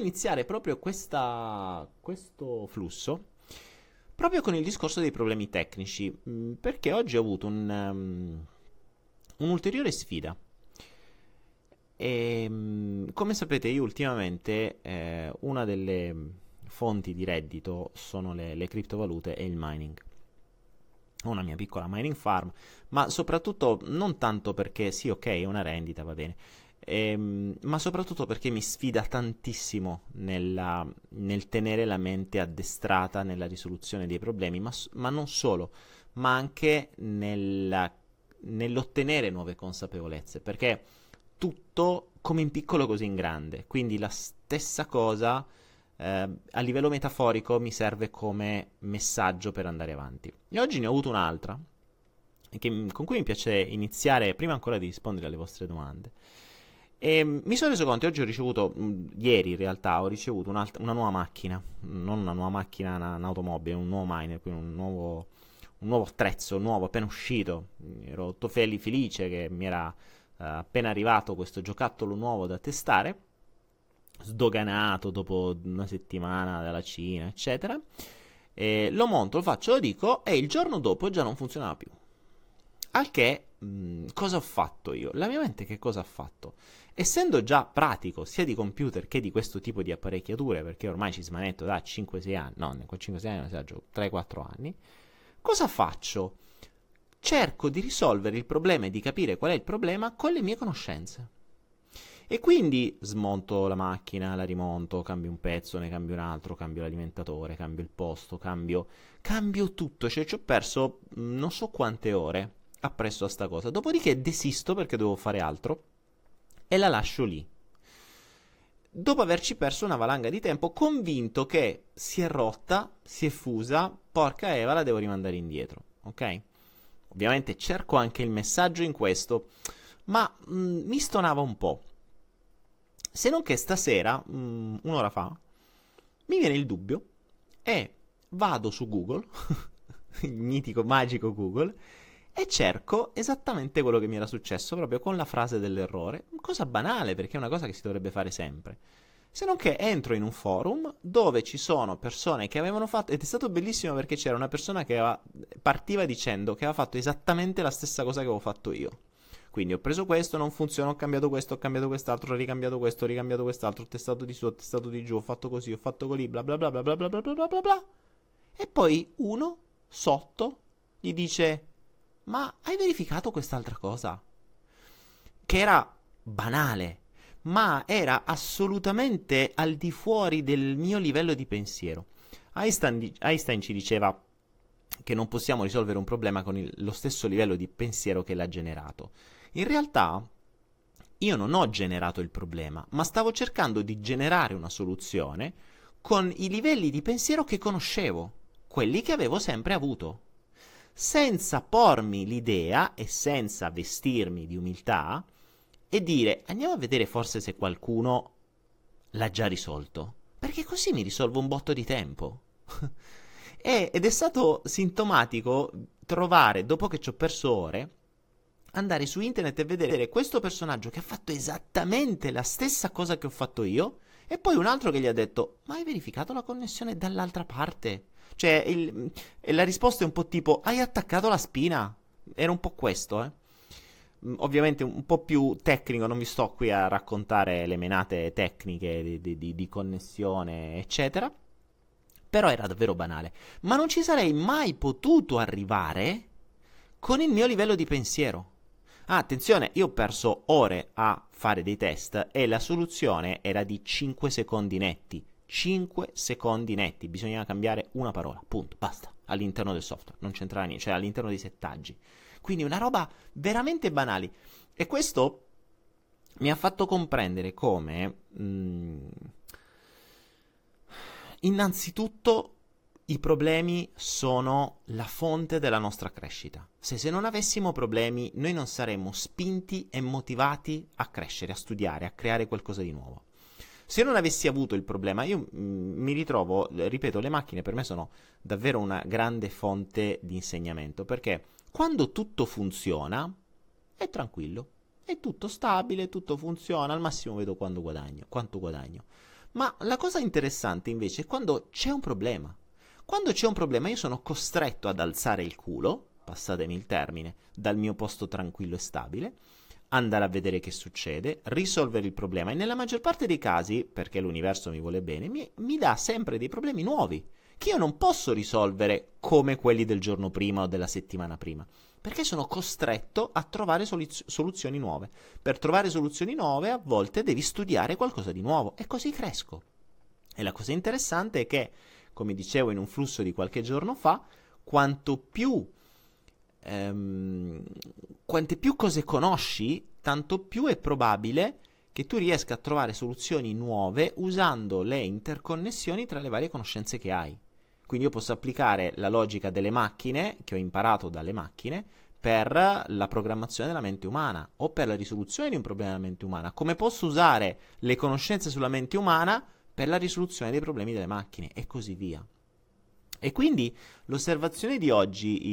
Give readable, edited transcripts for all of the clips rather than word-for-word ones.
iniziare proprio questo flusso proprio con il discorso dei problemi tecnici, perché oggi ho avuto un'ulteriore sfida. Come sapete, io ultimamente una delle fonti di reddito sono le criptovalute e il mining. Ho una mia piccola mining farm, ma soprattutto non tanto perché sì, ok, è una rendita, va bene, ma soprattutto perché mi sfida tantissimo nel tenere la mente addestrata nella risoluzione dei problemi, ma non solo, ma anche nell'ottenere nuove consapevolezze, perché tutto come in piccolo così in grande, quindi la stessa cosa a livello metaforico mi serve come messaggio per andare avanti. E oggi ne ho avuto un'altra con cui mi piace iniziare prima ancora di rispondere alle vostre domande. E mi sono reso conto, oggi ho ricevuto, ieri in realtà, ho ricevuto una nuova macchina, non una nuova macchina, un'automobile, un nuovo miner, quindi un nuovo attrezzo, nuovo, appena uscito. Ero tutto felice che mi era appena arrivato questo giocattolo nuovo da testare, sdoganato dopo una settimana dalla Cina, eccetera. E lo monto, lo faccio, lo dico, e il giorno dopo già non funzionava più. Al che, cosa ho fatto io? La mia mente che cosa ha fatto? Essendo già pratico sia di computer che di questo tipo di apparecchiature, perché ormai ci smanetto da 5-6 anni, no, 5-6 anni, non 3-4 anni, cosa faccio? Cerco di risolvere il problema e di capire qual è il problema con le mie conoscenze. E quindi smonto la macchina, la rimonto, cambio un pezzo, ne cambio un altro, cambio l'alimentatore, cambio il posto, cambio tutto. Cioè ci ho perso non so quante ore appresso a sta cosa. Dopodiché desisto perché devo fare altro e la lascio lì. Dopo averci perso una valanga di tempo, convinto che si è rotta, si è fusa, porca Eva, la devo rimandare indietro, ok? Ovviamente cerco anche il messaggio in questo, ma mi stonava un po'. Se non che stasera, un'ora fa, mi viene il dubbio e vado su Google, il mitico, magico Google, e cerco esattamente quello che mi era successo proprio con la frase dell'errore. Cosa banale, perché è una cosa che si dovrebbe fare sempre. Se non che entro in un forum dove ci sono persone che avevano fatto, ed è stato bellissimo perché c'era una persona che partiva dicendo che aveva fatto esattamente la stessa cosa che avevo fatto io. Quindi ho preso questo, non funziona, ho cambiato questo, ho cambiato quest'altro, ho ricambiato questo, ho ricambiato quest'altro, ho testato di su, ho testato di giù, ho fatto così, ho fatto così, bla bla bla bla bla bla bla bla bla bla. E poi uno sotto gli dice: ma hai verificato quest'altra cosa? Che era banale, ma era assolutamente al di fuori del mio livello di pensiero. Einstein ci diceva che non possiamo risolvere un problema con lo stesso livello di pensiero che l'ha generato. In realtà io non ho generato il problema, ma stavo cercando di generare una soluzione con i livelli di pensiero che conoscevo, quelli che avevo sempre avuto, senza pormi l'idea e senza vestirmi di umiltà e dire andiamo a vedere forse se qualcuno l'ha già risolto, perché così mi risolvo un botto di tempo. Ed è stato sintomatico trovare, dopo che ci ho perso ore, andare su internet e vedere questo personaggio che ha fatto esattamente la stessa cosa che ho fatto io e poi un altro che gli ha detto ma hai verificato la connessione dall'altra parte? Cioè la risposta è un po' tipo hai attaccato la spina. Era un po' questo, ovviamente un po' più tecnico, non vi sto qui a raccontare le menate tecniche di connessione eccetera, però era davvero banale. Ma non ci sarei mai potuto arrivare con il mio livello di pensiero. Ah, attenzione, io ho perso ore a fare dei test e la soluzione era di 5 secondi netti. 5 secondi netti, bisognava cambiare una parola, punto, basta, all'interno del software, non c'entrava niente, cioè all'interno dei settaggi. Quindi una roba veramente banale. E questo mi ha fatto comprendere come innanzitutto i problemi sono la fonte della nostra crescita. Se non avessimo problemi, noi non saremmo spinti e motivati a crescere, a studiare, a creare qualcosa di nuovo. Se non avessi avuto il problema, io mi ritrovo, ripeto, le macchine per me sono davvero una grande fonte di insegnamento, perché quando tutto funziona è tranquillo, è tutto stabile, tutto funziona, al massimo vedo quanto guadagno. Ma la cosa interessante invece è quando c'è un problema. Quando c'è un problema io sono costretto ad alzare il culo, passatemi il termine, dal mio posto tranquillo e stabile, andare a vedere che succede, risolvere il problema e nella maggior parte dei casi, perché l'universo mi vuole bene, mi dà sempre dei problemi nuovi che io non posso risolvere come quelli del giorno prima o della settimana prima, perché sono costretto a trovare soluzioni nuove. Per trovare soluzioni nuove a volte devi studiare qualcosa di nuovo e così cresco. E la cosa interessante è che, come dicevo in un flusso di qualche giorno fa, quanto più quante più cose conosci, tanto più è probabile che tu riesca a trovare soluzioni nuove usando le interconnessioni tra le varie conoscenze che hai. Quindi io posso applicare la logica delle macchine, che ho imparato dalle macchine, per la programmazione della mente umana o per la risoluzione di un problema della mente umana, come posso usare le conoscenze sulla mente umana per la risoluzione dei problemi delle macchine e così via. E quindi l'osservazione di oggi,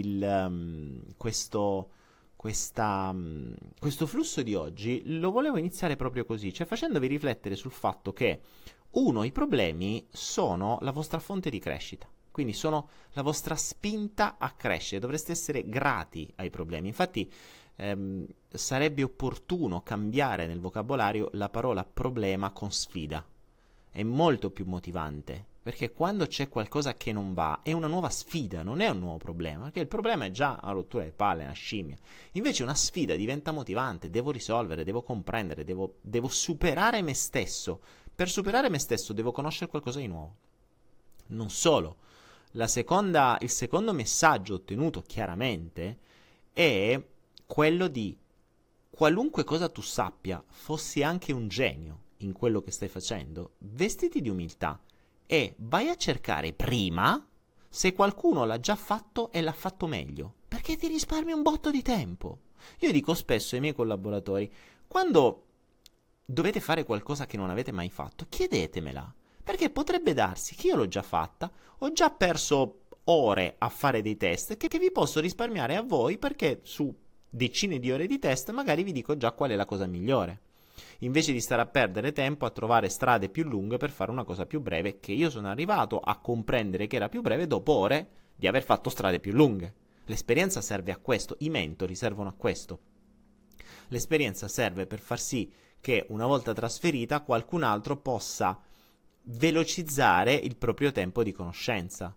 questo flusso di oggi, lo volevo iniziare proprio così, cioè facendovi riflettere sul fatto che, uno, i problemi sono la vostra fonte di crescita, quindi sono la vostra spinta a crescere, dovreste essere grati ai problemi. Infatti sarebbe opportuno cambiare nel vocabolario la parola problema con sfida, è molto più motivante. Perché quando c'è qualcosa che non va, è una nuova sfida, non è un nuovo problema. Perché il problema è già una rottura di palle, una scimmia. Invece una sfida diventa motivante, devo risolvere, devo comprendere, devo superare me stesso. Per superare me stesso devo conoscere qualcosa di nuovo. Non solo. Il secondo messaggio ottenuto chiaramente è quello di qualunque cosa tu sappia, fossi anche un genio in quello che stai facendo, vestiti di umiltà e vai a cercare prima se qualcuno l'ha già fatto e l'ha fatto meglio, perché ti risparmi un botto di tempo. Io dico spesso ai miei collaboratori, quando dovete fare qualcosa che non avete mai fatto, chiedetemela, perché potrebbe darsi che io l'ho già fatta, ho già perso ore a fare dei test che vi posso risparmiare a voi, perché su decine di ore di test magari vi dico già qual è la cosa migliore, invece di stare a perdere tempo a trovare strade più lunghe per fare una cosa più breve, che io sono arrivato a comprendere che era più breve dopo ore di aver fatto strade più lunghe. L'esperienza serve a questo, i mentori servono a questo. L'esperienza serve per far sì che una volta trasferita qualcun altro possa velocizzare il proprio tempo di conoscenza.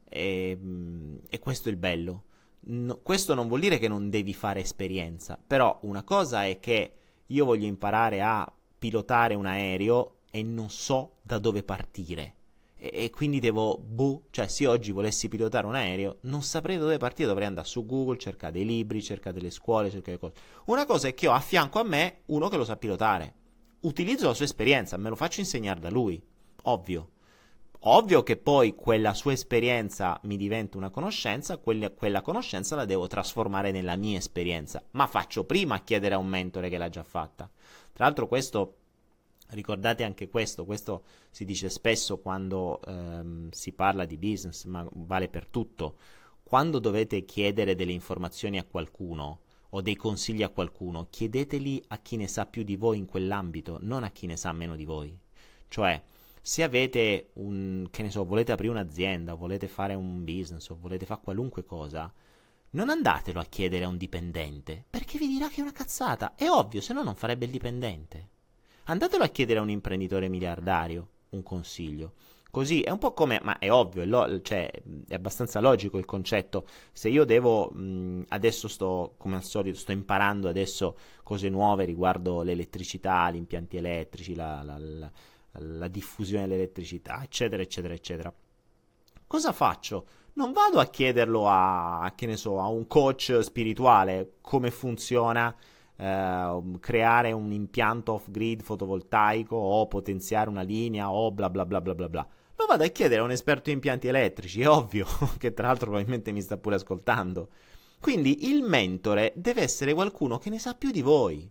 E questo è il bello. Questo non vuol dire che non devi fare esperienza, però una cosa è che io voglio imparare a pilotare un aereo e non so da dove partire. E quindi devo, cioè se io oggi volessi pilotare un aereo, non saprei da dove partire, dovrei andare su Google, cercare dei libri, cercare delle scuole, cercare cose. Una cosa è che ho a fianco a me uno che lo sa pilotare. Utilizzo la sua esperienza, me lo faccio insegnare da lui. Ovvio. Ovvio che poi quella sua esperienza mi diventa una conoscenza, quella conoscenza la devo trasformare nella mia esperienza, ma faccio prima a chiedere a un mentore che l'ha già fatta. Tra l'altro questo, ricordate anche questo si dice spesso quando si parla di business, ma vale per tutto. Quando dovete chiedere delle informazioni a qualcuno o dei consigli a qualcuno, chiedeteli a chi ne sa più di voi in quell'ambito, non a chi ne sa meno di voi. Cioè, se avete che ne so, volete aprire un'azienda, volete fare un business o volete fare qualunque cosa, non andatelo a chiedere a un dipendente, perché vi dirà che è una cazzata. È ovvio, se no non farebbe il dipendente. Andatelo a chiedere a un imprenditore miliardario un consiglio. Così è un po' come, ma è ovvio, cioè è abbastanza logico il concetto. Se io devo, adesso come al solito, sto imparando adesso cose nuove riguardo l'elettricità, gli impianti elettrici, la diffusione dell'elettricità, eccetera, eccetera, eccetera. Cosa faccio? Non vado a chiederlo che ne so, a un coach spirituale come funziona creare un impianto off-grid fotovoltaico o potenziare una linea o bla bla bla bla bla bla. Lo vado a chiedere a un esperto di impianti elettrici, è ovvio, che tra l'altro probabilmente mi sta pure ascoltando. Quindi il mentore deve essere qualcuno che ne sa più di voi.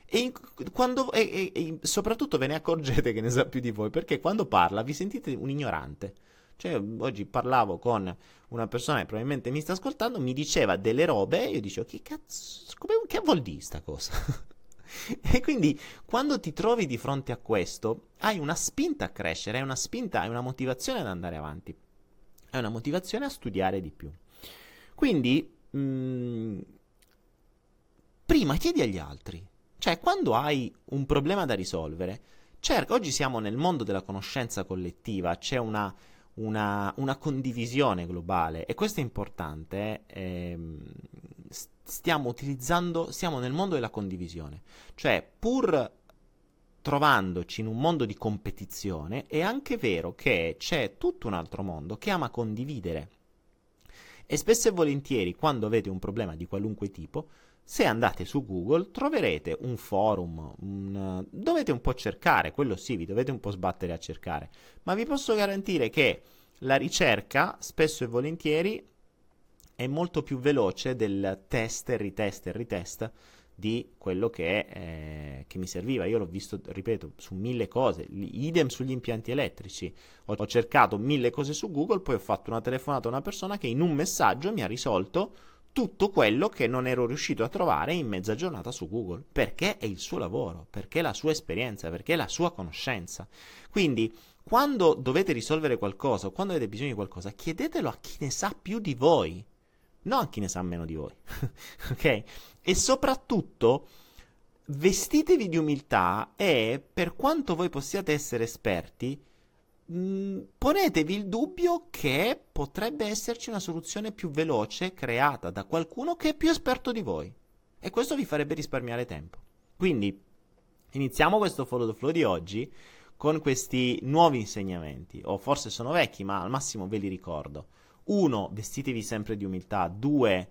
E soprattutto ve ne accorgete che ne sa più di voi, perché quando parla vi sentite un ignorante. Cioè, oggi parlavo con una persona che probabilmente mi sta ascoltando, mi diceva delle robe e io dicevo, che cazzo, che vuol dire sta cosa? E quindi quando ti trovi di fronte a questo, hai una spinta a crescere, hai una spinta, hai una motivazione ad andare avanti, hai una motivazione a studiare di più. Quindi, prima chiedi agli altri, cioè quando hai un problema da risolvere, cerca, oggi siamo nel mondo della conoscenza collettiva, c'è una condivisione globale e questo è importante. Siamo nel mondo della condivisione, cioè pur trovandoci in un mondo di competizione è anche vero che c'è tutto un altro mondo che ama condividere e spesso e volentieri quando avete un problema di qualunque tipo, se andate su Google troverete un forum, dovete un po' cercare, quello sì, vi dovete un po' sbattere a cercare, ma vi posso garantire che la ricerca spesso e volentieri è molto più veloce del test e ritest di quello che mi serviva. Io l'ho visto, ripeto, su 1000 cose, idem sugli impianti elettrici. Ho cercato 1000 cose su Google, poi ho fatto una telefonata a una persona che in un messaggio mi ha risolto tutto quello che non ero riuscito a trovare in mezza giornata su Google, perché è il suo lavoro, perché è la sua esperienza, perché è la sua conoscenza. Quindi, quando dovete risolvere qualcosa o quando avete bisogno di qualcosa, chiedetelo a chi ne sa più di voi, non a chi ne sa meno di voi. Ok? E soprattutto vestitevi di umiltà e, per quanto voi possiate essere esperti, ponetevi il dubbio che potrebbe esserci una soluzione più veloce creata da qualcuno che è più esperto di voi. E questo vi farebbe risparmiare tempo. Quindi, iniziamo questo Follow the Flow di oggi con questi nuovi insegnamenti. O forse sono vecchi, ma al massimo ve li ricordo. 1. Vestitevi sempre di umiltà. 2.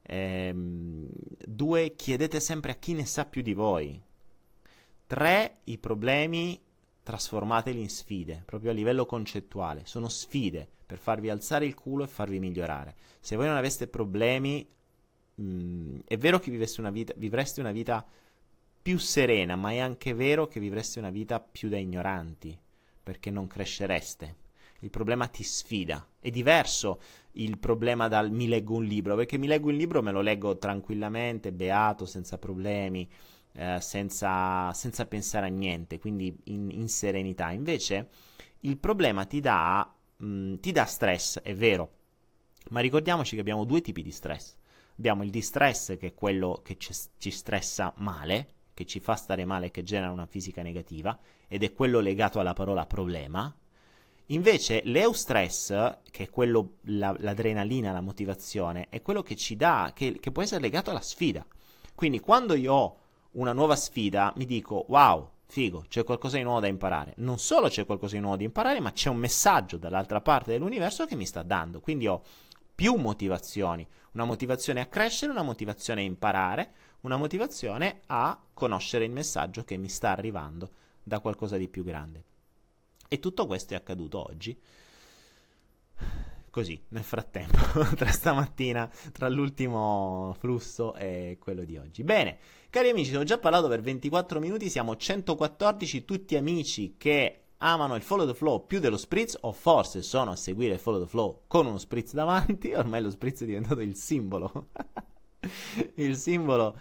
Chiedete sempre a chi ne sa più di voi. 3. I problemi trasformateli in sfide, proprio a livello concettuale. Sono sfide per farvi alzare il culo e farvi migliorare. Se voi non aveste problemi, è vero che vivreste una vita più serena, ma è anche vero che vivreste una vita più da ignoranti, perché non crescereste. Il problema ti sfida. È diverso il problema dal mi leggo un libro, perché mi leggo un libro, me lo leggo tranquillamente, beato, senza problemi, senza pensare a niente, quindi in serenità. Invece il problema ti dà stress, è vero, ma ricordiamoci che abbiamo due tipi di stress. Abbiamo il distress, che è quello che ci stressa male, che ci fa stare male, che genera una fisica negativa, ed è quello legato alla parola problema. Invece l'eustress, che è quello, l'adrenalina, la motivazione, è quello che ci dà, che può essere legato alla sfida. Quindi quando io ho una nuova sfida, mi dico, wow, figo, c'è qualcosa di nuovo da imparare. Non solo c'è qualcosa di nuovo da imparare, ma c'è un messaggio dall'altra parte dell'universo che mi sta dando. Quindi ho più motivazioni. Una motivazione a crescere, una motivazione a imparare, una motivazione a conoscere il messaggio che mi sta arrivando da qualcosa di più grande. E tutto questo è accaduto oggi, così, nel frattempo, tra stamattina, tra l'ultimo flusso e quello di oggi. Bene, cari amici, ho già parlato per 24 minuti, siamo 114, tutti amici che amano il Follow the Flow più dello Spritz, o forse sono a seguire il Follow the Flow con uno Spritz davanti. Ormai lo Spritz è diventato il simbolo, il simbolo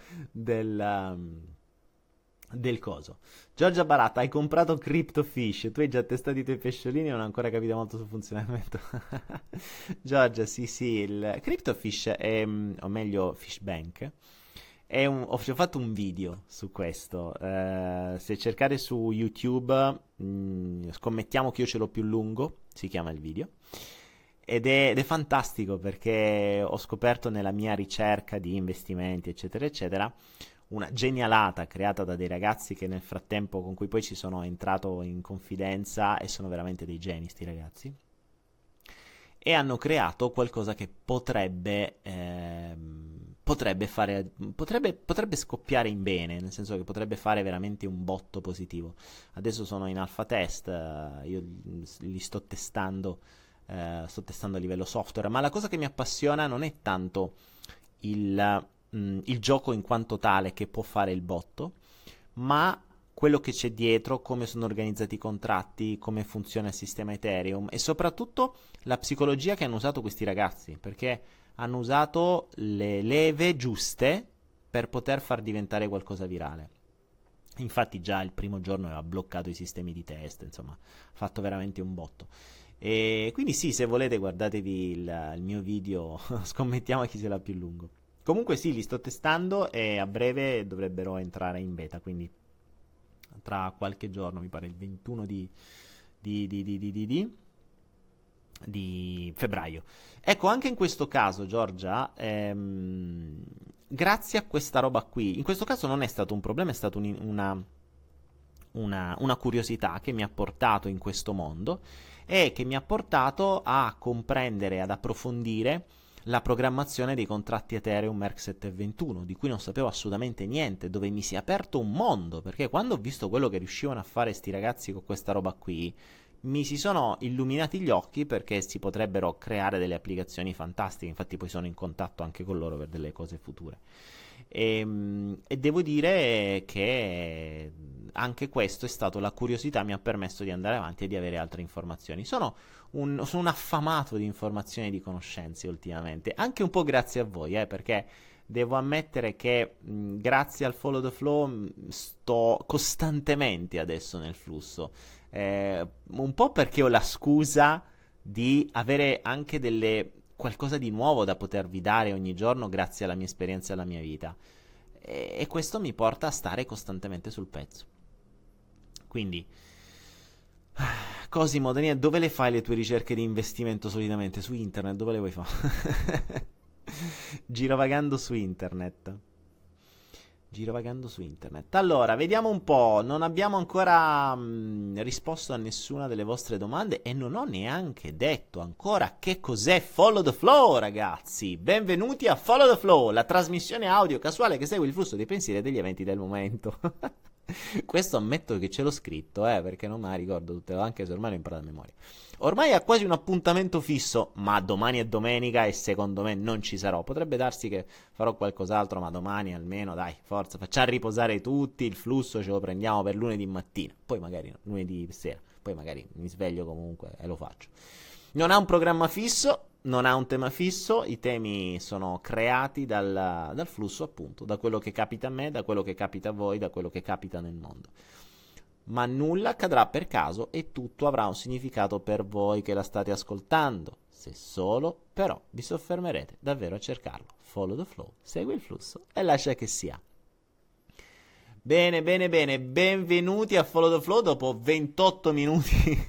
del coso. Giorgia Baratta, hai comprato Cryptofish, tu hai già testato i tuoi pesciolini e non ho ancora capito molto sul funzionamento. Giorgia, sì, il Cryptofish è, o meglio Fishbank, ho fatto un video su questo. Se cercate su YouTube, scommettiamo che io ce l'ho più lungo, si chiama il video. Ed è fantastico perché ho scoperto nella mia ricerca di investimenti, eccetera, eccetera, una genialata creata da dei ragazzi che nel frattempo con cui poi ci sono entrato in confidenza e sono veramente dei geni sti ragazzi, e hanno creato qualcosa che potrebbe scoppiare in bene, nel senso che potrebbe fare veramente un botto positivo. Adesso sono in alpha test, io li sto testando a livello software, ma la cosa che mi appassiona non è tanto il gioco in quanto tale che può fare il botto, ma quello che c'è dietro, come sono organizzati i contratti, come funziona il sistema Ethereum e soprattutto la psicologia che hanno usato questi ragazzi, perché hanno usato le leve giuste per poter far diventare qualcosa virale. Infatti già il primo giorno aveva bloccato i sistemi di test, insomma, ha fatto veramente un botto. E quindi sì, se volete guardatevi il mio video, scommettiamo a chi se l'ha più lungo. Comunque sì, li sto testando e a breve dovrebbero entrare in beta, quindi tra qualche giorno, mi pare il 21 di, di, di, di, di, di- di febbraio. Ecco, anche in questo caso, Giorgia, grazie a questa roba qui, in questo caso non è stato un problema, è stata una curiosità che mi ha portato in questo mondo e che mi ha portato a comprendere, ad approfondire la programmazione dei contratti Ethereum Merk 721, di cui non sapevo assolutamente niente, dove mi si è aperto un mondo, perché quando ho visto quello che riuscivano a fare sti ragazzi con questa roba qui, mi si sono illuminati gli occhi perché si potrebbero creare delle applicazioni fantastiche, infatti poi sono in contatto anche con loro per delle cose future. E devo dire che anche questo è stato, la curiosità mi ha permesso di andare avanti e di avere altre informazioni. Sono un affamato di informazioni e di conoscenze ultimamente, anche un po' grazie a voi, perché devo ammettere che grazie al Follow the Flow sto costantemente adesso nel flusso, un po' perché ho la scusa di avere anche qualcosa di nuovo da potervi dare ogni giorno grazie alla mia esperienza e alla mia vita. E questo mi porta a stare costantemente sul pezzo. Quindi, Cosimo, Daniele, dove le fai le tue ricerche di investimento solitamente? Su internet, dove le vuoi fare? Girovagando su internet. Girovagando su internet. Allora, vediamo un po'. Non abbiamo ancora risposto a nessuna delle vostre domande e non ho neanche detto ancora che cos'è Follow the Flow, ragazzi. Benvenuti a Follow the Flow, la trasmissione audio casuale che segue il flusso dei pensieri e degli eventi del momento. Questo ammetto che ce l'ho scritto, perché non me la ricordo tutte, anche se ormai l'ho imparato a memoria. Ormai ha quasi un appuntamento fisso, ma domani è domenica e secondo me non ci sarò. Potrebbe darsi che farò qualcos'altro, ma domani almeno, dai, forza, facciamo riposare tutti, il flusso ce lo prendiamo per lunedì mattina, poi magari no, lunedì sera, poi magari mi sveglio comunque e lo faccio. Non ha un programma fisso, non ha un tema fisso, i temi sono creati dal flusso, appunto, da quello che capita a me, da quello che capita a voi, da quello che capita nel mondo. Ma nulla accadrà per caso e tutto avrà un significato per voi che la state ascoltando, se solo però vi soffermerete davvero a cercarlo. Follow the flow, segui il flusso e lascia che sia. Bene, bene, bene, benvenuti a Follow the Flow dopo 28 minuti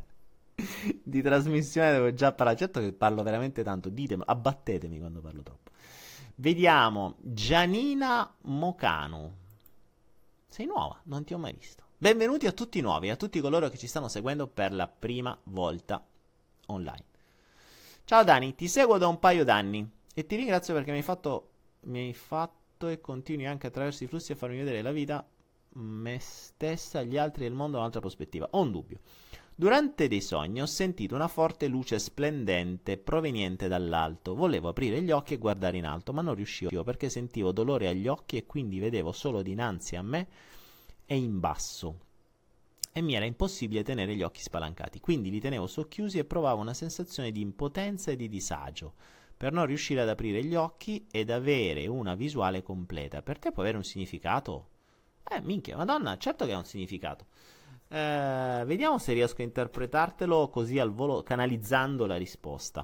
di trasmissione, devo già parlare. Certo che parlo veramente tanto, ditemi, abbattetemi quando parlo troppo. Vediamo, Gianina Mocanu. Sei nuova, non ti ho mai visto. Benvenuti a tutti i nuovi, a tutti coloro che ci stanno seguendo per la prima volta online. Ciao Dani, ti seguo da un paio d'anni e ti ringrazio perché mi hai fatto e continui anche attraverso i flussi a farmi vedere la vita, me stessa, gli altri e il mondo da un'altra prospettiva. Ho un dubbio. Durante dei sogni ho sentito una forte luce splendente proveniente dall'alto. Volevo aprire gli occhi e guardare in alto, ma non riuscivo perché sentivo dolore agli occhi e quindi vedevo solo dinanzi a me e in basso. E mi era impossibile tenere gli occhi spalancati, quindi li tenevo socchiusi e provavo una sensazione di impotenza e di disagio per non riuscire ad aprire gli occhi ed avere una visuale completa. Per te può avere un significato? Minchia, madonna, certo che ha un significato. Vediamo se riesco a interpretartelo così al volo, canalizzando la risposta.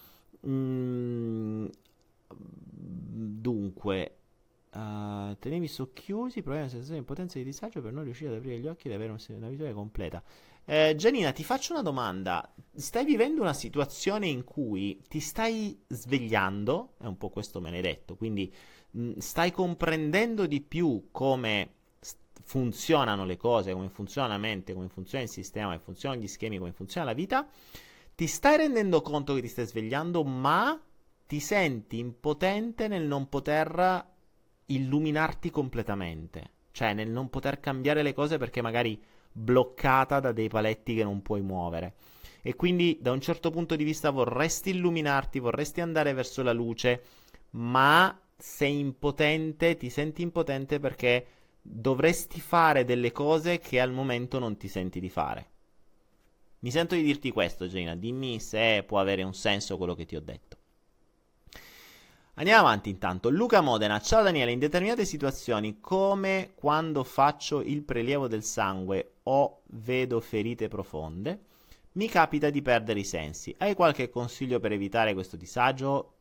Dunque, tenevi socchiusi, provavi una sensazione di impotenza e di disagio per non riuscire ad aprire gli occhi ed avere una visuale completa. Gianina, ti faccio una domanda. Stai vivendo una situazione in cui ti stai svegliando, è un po' questo me l'hai detto, quindi stai comprendendo di più come funzionano le cose, come funziona la mente, come funziona il sistema, come funzionano gli schemi, come funziona la vita, ti stai rendendo conto che ti stai svegliando, ma ti senti impotente nel non poter illuminarti completamente, cioè nel non poter cambiare le cose perché magari bloccata da dei paletti che non puoi muovere. E quindi da un certo punto di vista vorresti illuminarti, vorresti andare verso la luce, ma sei impotente, ti senti impotente perché dovresti fare delle cose che al momento non ti senti di fare. Mi sento di dirti questo, Gina. Dimmi se può avere un senso quello che ti ho detto. Andiamo avanti intanto. Luca Modena, ciao Daniele, in determinate situazioni, come quando faccio il prelievo del sangue o vedo ferite profonde, mi capita di perdere i sensi. Hai qualche consiglio per evitare questo disagio?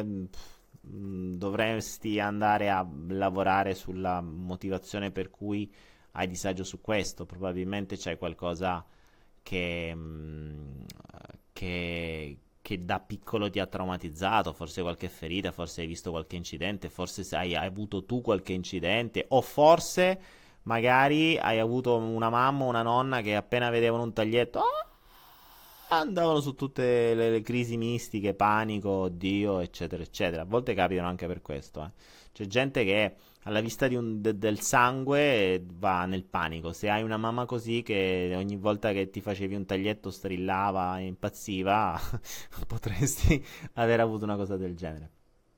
Dovresti andare a lavorare sulla motivazione per cui hai disagio su questo. Probabilmente c'è qualcosa che, che da piccolo ti ha traumatizzato, forse qualche ferita, forse hai visto qualche incidente, forse hai avuto tu qualche incidente, o forse magari hai avuto una mamma o una nonna che appena vedevano un taglietto andavano su tutte le crisi mistiche, panico, oddio, eccetera, eccetera. A volte capitano anche per questo. C'è gente che alla vista del sangue va nel panico. Se hai una mamma così che ogni volta che ti facevi un taglietto strillava e impazziva, potresti aver avuto una cosa del genere.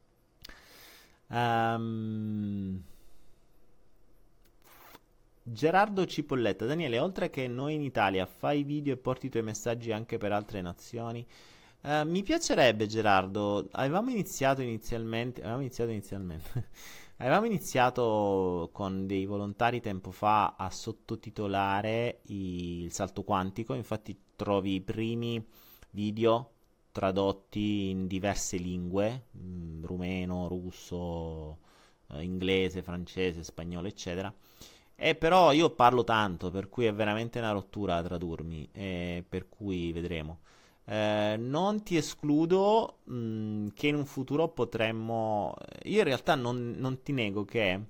Ehm, Gerardo Cipolletta, Daniele, oltre che noi in Italia, fai video e porti i tuoi messaggi anche per altre nazioni? Mi piacerebbe, Gerardo. Avevamo iniziato inizialmente. Avevamo iniziato con dei volontari tempo fa a sottotitolare il salto quantico. Infatti, trovi i primi video tradotti in diverse lingue, rumeno, russo, inglese, francese, spagnolo, eccetera. Però io parlo tanto, per cui è veramente una rottura tradurmi, per cui vedremo. Non ti escludo che in un futuro potremmo. Io in realtà non ti nego che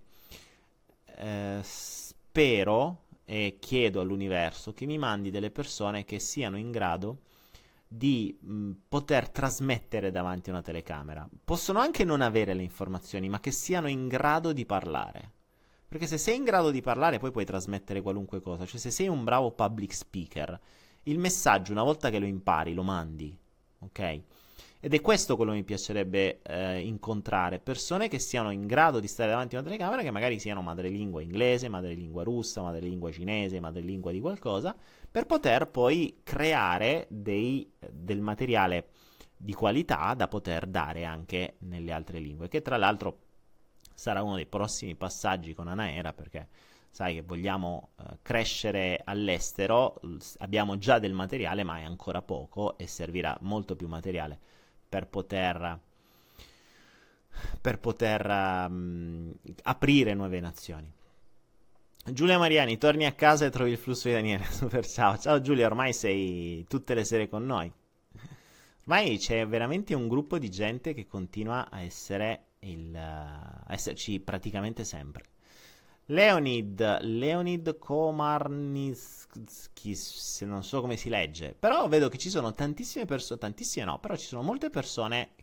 spero e chiedo all'universo che mi mandi delle persone che siano in grado di poter trasmettere davanti a una telecamera. Possono anche non avere le informazioni, ma che siano in grado di parlare. Perché se sei in grado di parlare, poi puoi trasmettere qualunque cosa. Cioè, se sei un bravo public speaker, il messaggio, una volta che lo impari, lo mandi. Ok? Ed è questo quello che mi piacerebbe incontrare. Persone che siano in grado di stare davanti a una telecamera, che magari siano madrelingua inglese, madrelingua russa, madrelingua cinese, madrelingua di qualcosa, per poter poi creare del materiale di qualità da poter dare anche nelle altre lingue. Che tra l'altro sarà uno dei prossimi passaggi con Anaera, perché sai che vogliamo crescere all'estero, abbiamo già del materiale ma è ancora poco e servirà molto più materiale per poter aprire nuove nazioni. Giulia Mariani, torni a casa e trovi il flusso di Daniele. Super, ciao. Ciao Giulia, ormai sei tutte le sere con noi. Ormai c'è veramente un gruppo di gente che continua a esserci praticamente sempre. Leonid Komarnitsky, se non so come si legge, però vedo che ci sono tantissime no, però ci sono molte persone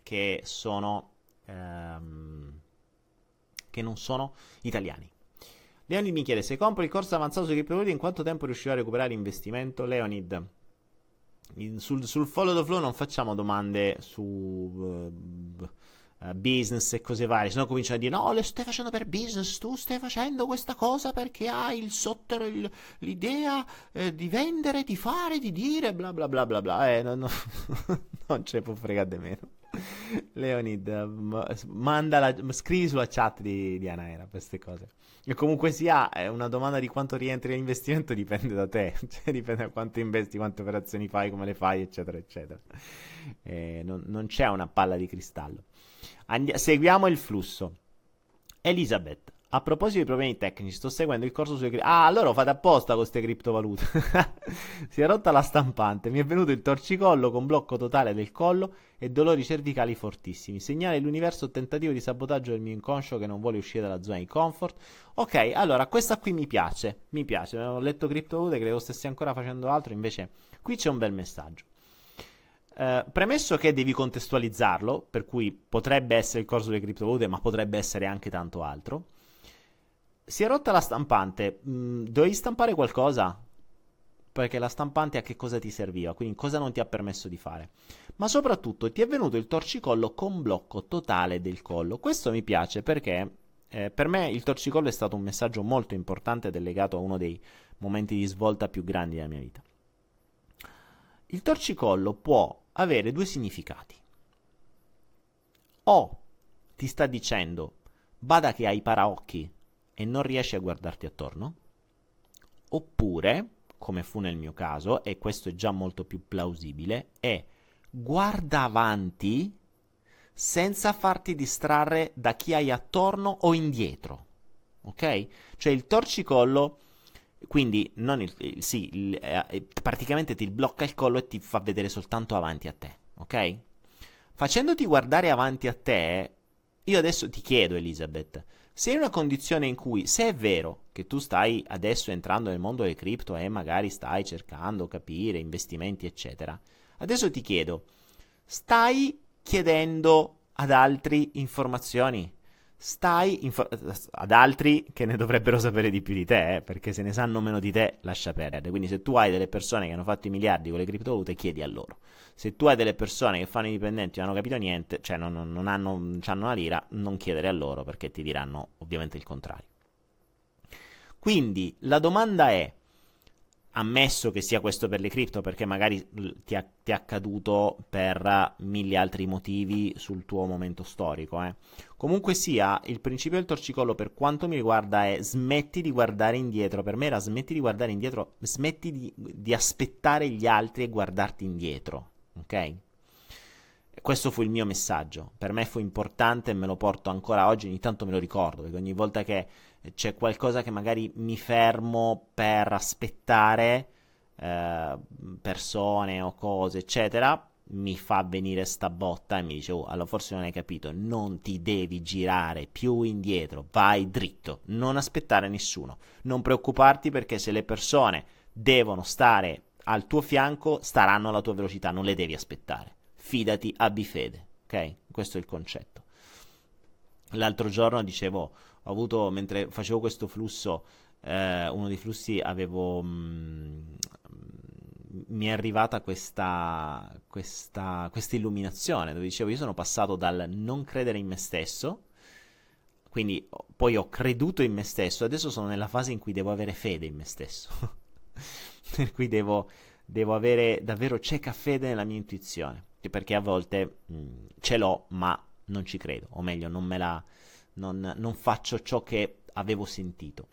che non sono italiani. Leonid mi chiede: se compro il corso avanzato sui criptovalute, in quanto tempo riuscirò a recuperare l'investimento? Leonid, sul follow the flow non facciamo domande su business e cose varie, sennò cominciano a dire: no, le stai facendo per business, tu stai facendo questa cosa perché hai l'idea di vendere, di fare, di dire, bla bla bla bla bla. Non ce ne può fregare di meno. Leonid, scrivi sulla chat di Anaera queste cose. E comunque sia, una domanda di quanto rientri l'investimento dipende da te, cioè dipende da quanto investi, quante operazioni fai, come le fai, eccetera, eccetera. Non c'è una palla di cristallo. Seguiamo il flusso. Elisabeth, a proposito di problemi tecnici, sto seguendo il corso sulle criptovalute. Ah, allora lo fate apposta con queste criptovalute. Si è rotta la stampante, mi è venuto il torcicollo con blocco totale del collo e dolori cervicali fortissimi. Segnale l'universo tentativo di sabotaggio del mio inconscio che non vuole uscire dalla zona di comfort. Ok, allora questa qui mi piace. Ho letto criptovalute, credevo stessi ancora facendo altro, invece qui c'è un bel messaggio. Premesso che devi contestualizzarlo, per cui potrebbe essere il corso delle criptovalute, ma potrebbe essere anche tanto altro. Si è rotta la stampante. Dovevi stampare qualcosa? Perché la stampante a che cosa ti serviva? Quindi cosa non ti ha permesso di fare? Ma soprattutto ti è venuto il torcicollo con blocco totale del collo. Questo mi piace perché per me il torcicollo è stato un messaggio molto importante ed è legato a uno dei momenti di svolta più grandi della mia vita. Il torcicollo può avere due significati. O ti sta dicendo bada che hai paraocchi e non riesci a guardarti attorno, oppure, come fu nel mio caso, e questo è già molto più plausibile, è guarda avanti senza farti distrarre da chi hai attorno o indietro, ok? Cioè il torcicollo, quindi non praticamente ti blocca il collo e ti fa vedere soltanto avanti a te, ok? Facendoti guardare avanti a te, io adesso ti chiedo, Elizabeth, sei in una condizione in cui, se è vero che tu stai adesso entrando nel mondo delle cripto e magari stai cercando capire investimenti, eccetera, adesso ti chiedo, stai chiedendo ad altri informazioni? Ad altri che ne dovrebbero sapere di più di te, perché se ne sanno meno di te, lascia perdere. Quindi se tu hai delle persone che hanno fatto i miliardi con le criptovalute, chiedi a loro. Se tu hai delle persone che fanno i dipendenti e non hanno capito niente, cioè non hanno una lira, non chiedere a loro perché ti diranno ovviamente il contrario. Quindi la domanda è, ammesso che sia questo per le cripto, perché magari ti è accaduto per mille altri motivi sul tuo momento storico, comunque sia, il principio del torcicollo per quanto mi riguarda è smetti di guardare indietro. Per me era smetti di guardare indietro, smetti di aspettare gli altri e guardarti indietro, ok? Questo fu il mio messaggio, per me fu importante e me lo porto ancora oggi, ogni tanto me lo ricordo, perché ogni volta che c'è qualcosa che magari mi fermo per aspettare persone o cose, eccetera, mi fa venire sta botta e mi dice, oh, allora forse non hai capito, non ti devi girare più indietro, vai dritto, non aspettare nessuno, non preoccuparti perché se le persone devono stare al tuo fianco, staranno alla tua velocità, non le devi aspettare. Fidati, abbi fede, ok? Questo è il concetto. L'altro giorno dicevo, ho avuto, mentre facevo questo flusso, uno dei flussi mi è arrivata questa illuminazione, dove dicevo, io sono passato dal non credere in me stesso, quindi poi ho creduto in me stesso, adesso sono nella fase in cui devo avere fede in me stesso, per cui devo avere davvero cieca fede nella mia intuizione, perché a volte ce l'ho, ma non ci credo, o meglio, non faccio ciò che avevo sentito.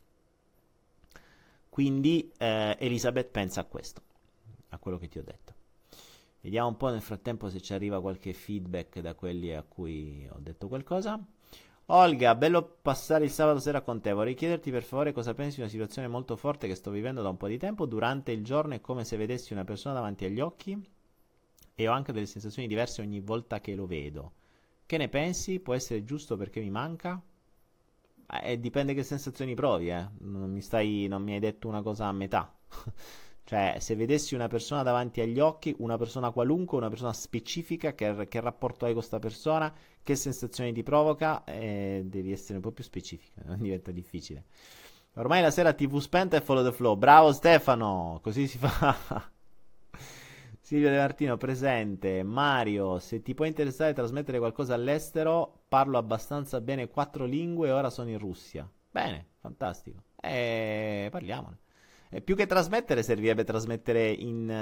Quindi Elizabeth pensa a questo, a quello che ti ho detto. Vediamo un po' nel frattempo se ci arriva qualche feedback da quelli a cui ho detto qualcosa. Olga, bello passare il sabato sera con te. Vorrei chiederti per favore cosa pensi di una situazione molto forte che sto vivendo da un po' di tempo. Durante il giorno è come se vedessi una persona davanti agli occhi e ho anche delle sensazioni diverse ogni volta che lo vedo. Che ne pensi? Può essere giusto perché mi manca? Dipende che sensazioni provi, non mi hai detto una cosa a metà. Cioè, se vedessi una persona davanti agli occhi, una persona qualunque, una persona specifica, che rapporto hai con questa persona, che sensazioni ti provoca, devi essere un po' più specifica, non diventa difficile. Ormai la sera TV spenta e follow the flow. Bravo Stefano, così si fa. Silvio De Martino presente. Mario, se ti può interessare trasmettere qualcosa all'estero, parlo abbastanza bene 4 lingue e ora sono in Russia. Bene, fantastico. Parliamone. Più che trasmettere servirebbe trasmettere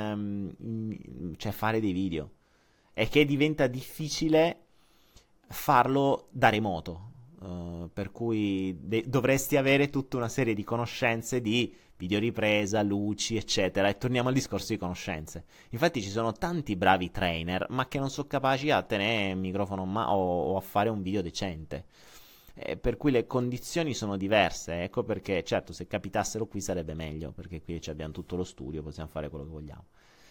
cioè fare dei video. E che diventa difficile farlo da remoto. Per cui dovresti avere tutta una serie di conoscenze di videoripresa, luci, eccetera. E torniamo al discorso di conoscenze. Infatti ci sono tanti bravi trainer, ma che non sono capaci a tenere il microfono o a fare un video decente. Per cui le condizioni sono diverse. Ecco perché, certo, se capitassero qui sarebbe meglio, perché qui abbiamo tutto lo studio, possiamo fare quello che vogliamo.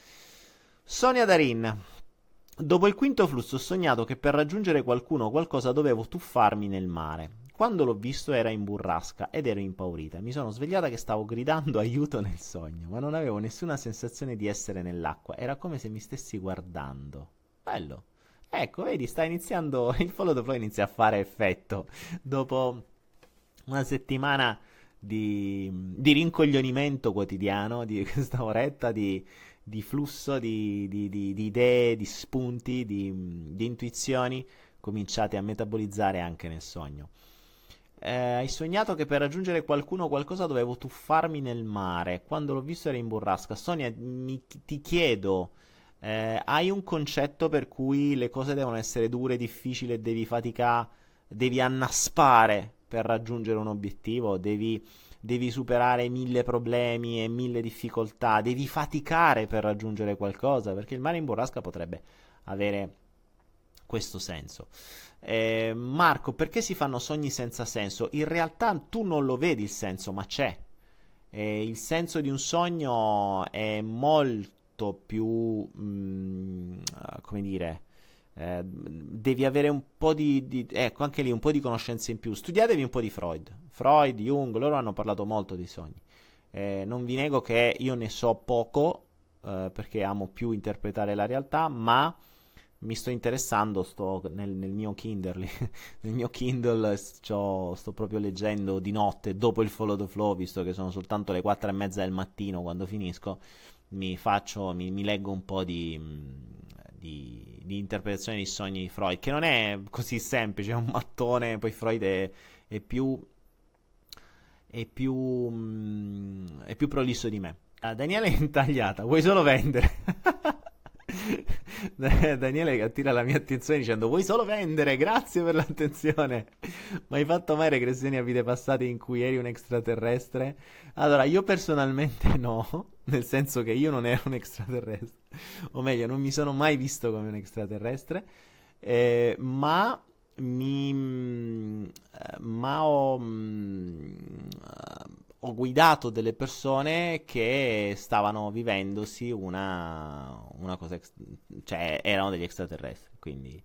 Sonia Darin. Dopo il quinto flusso ho sognato che per raggiungere qualcuno o qualcosa dovevo tuffarmi nel mare. Quando l'ho visto era in burrasca ed ero impaurita. Mi sono svegliata che stavo gridando aiuto nel sogno, ma non avevo nessuna sensazione di essere nell'acqua. Era come se mi stessi guardando. Bello. Ecco, vedi, sta iniziando, il follow the flow inizia a fare effetto. Dopo una settimana di rincoglionimento quotidiano, di questa oretta di flusso di idee, di spunti, di intuizioni cominciate a metabolizzare anche nel sogno. Hai sognato che per raggiungere qualcuno o qualcosa dovevo tuffarmi nel mare. Quando l'ho visto era in burrasca. Sonia, ti chiedo, hai un concetto per cui le cose devono essere dure, difficili e devi faticare devi annaspare per raggiungere un obiettivo, devi superare 1000 problemi e 1000 difficoltà, devi faticare per raggiungere qualcosa, perché il mare in burrasca potrebbe avere questo senso. Marco, perché si fanno sogni senza senso? In realtà tu non lo vedi il senso, ma c'è. Il senso di un sogno è molto più, come dire, devi avere un po' ecco, anche lì un po' di conoscenze in più. Studiatevi un po' di Freud, Jung, loro hanno parlato molto di sogni. Non vi nego che io ne so poco, perché amo più interpretare la realtà, ma mi sto interessando, sto nel mio Kindle, nel mio Kindle sto proprio leggendo di notte, dopo il Follow the Flow, visto che sono soltanto le 4:30 del mattino quando finisco, mi leggo un po' di interpretazione dei sogni di Freud, che non è così semplice, è un mattone, poi Freud è più prolisso di me. Daniele è intagliata, vuoi solo vendere? Daniele attira la mia attenzione dicendo vuoi solo vendere, grazie per l'attenzione. Ma hai fatto mai regressioni a vite passate in cui eri un extraterrestre? Allora, io personalmente no, nel senso che io non ero un extraterrestre, o meglio, non mi sono mai visto come un extraterrestre, ma ho guidato delle persone che stavano vivendosi una cosa, cioè erano degli extraterrestri, quindi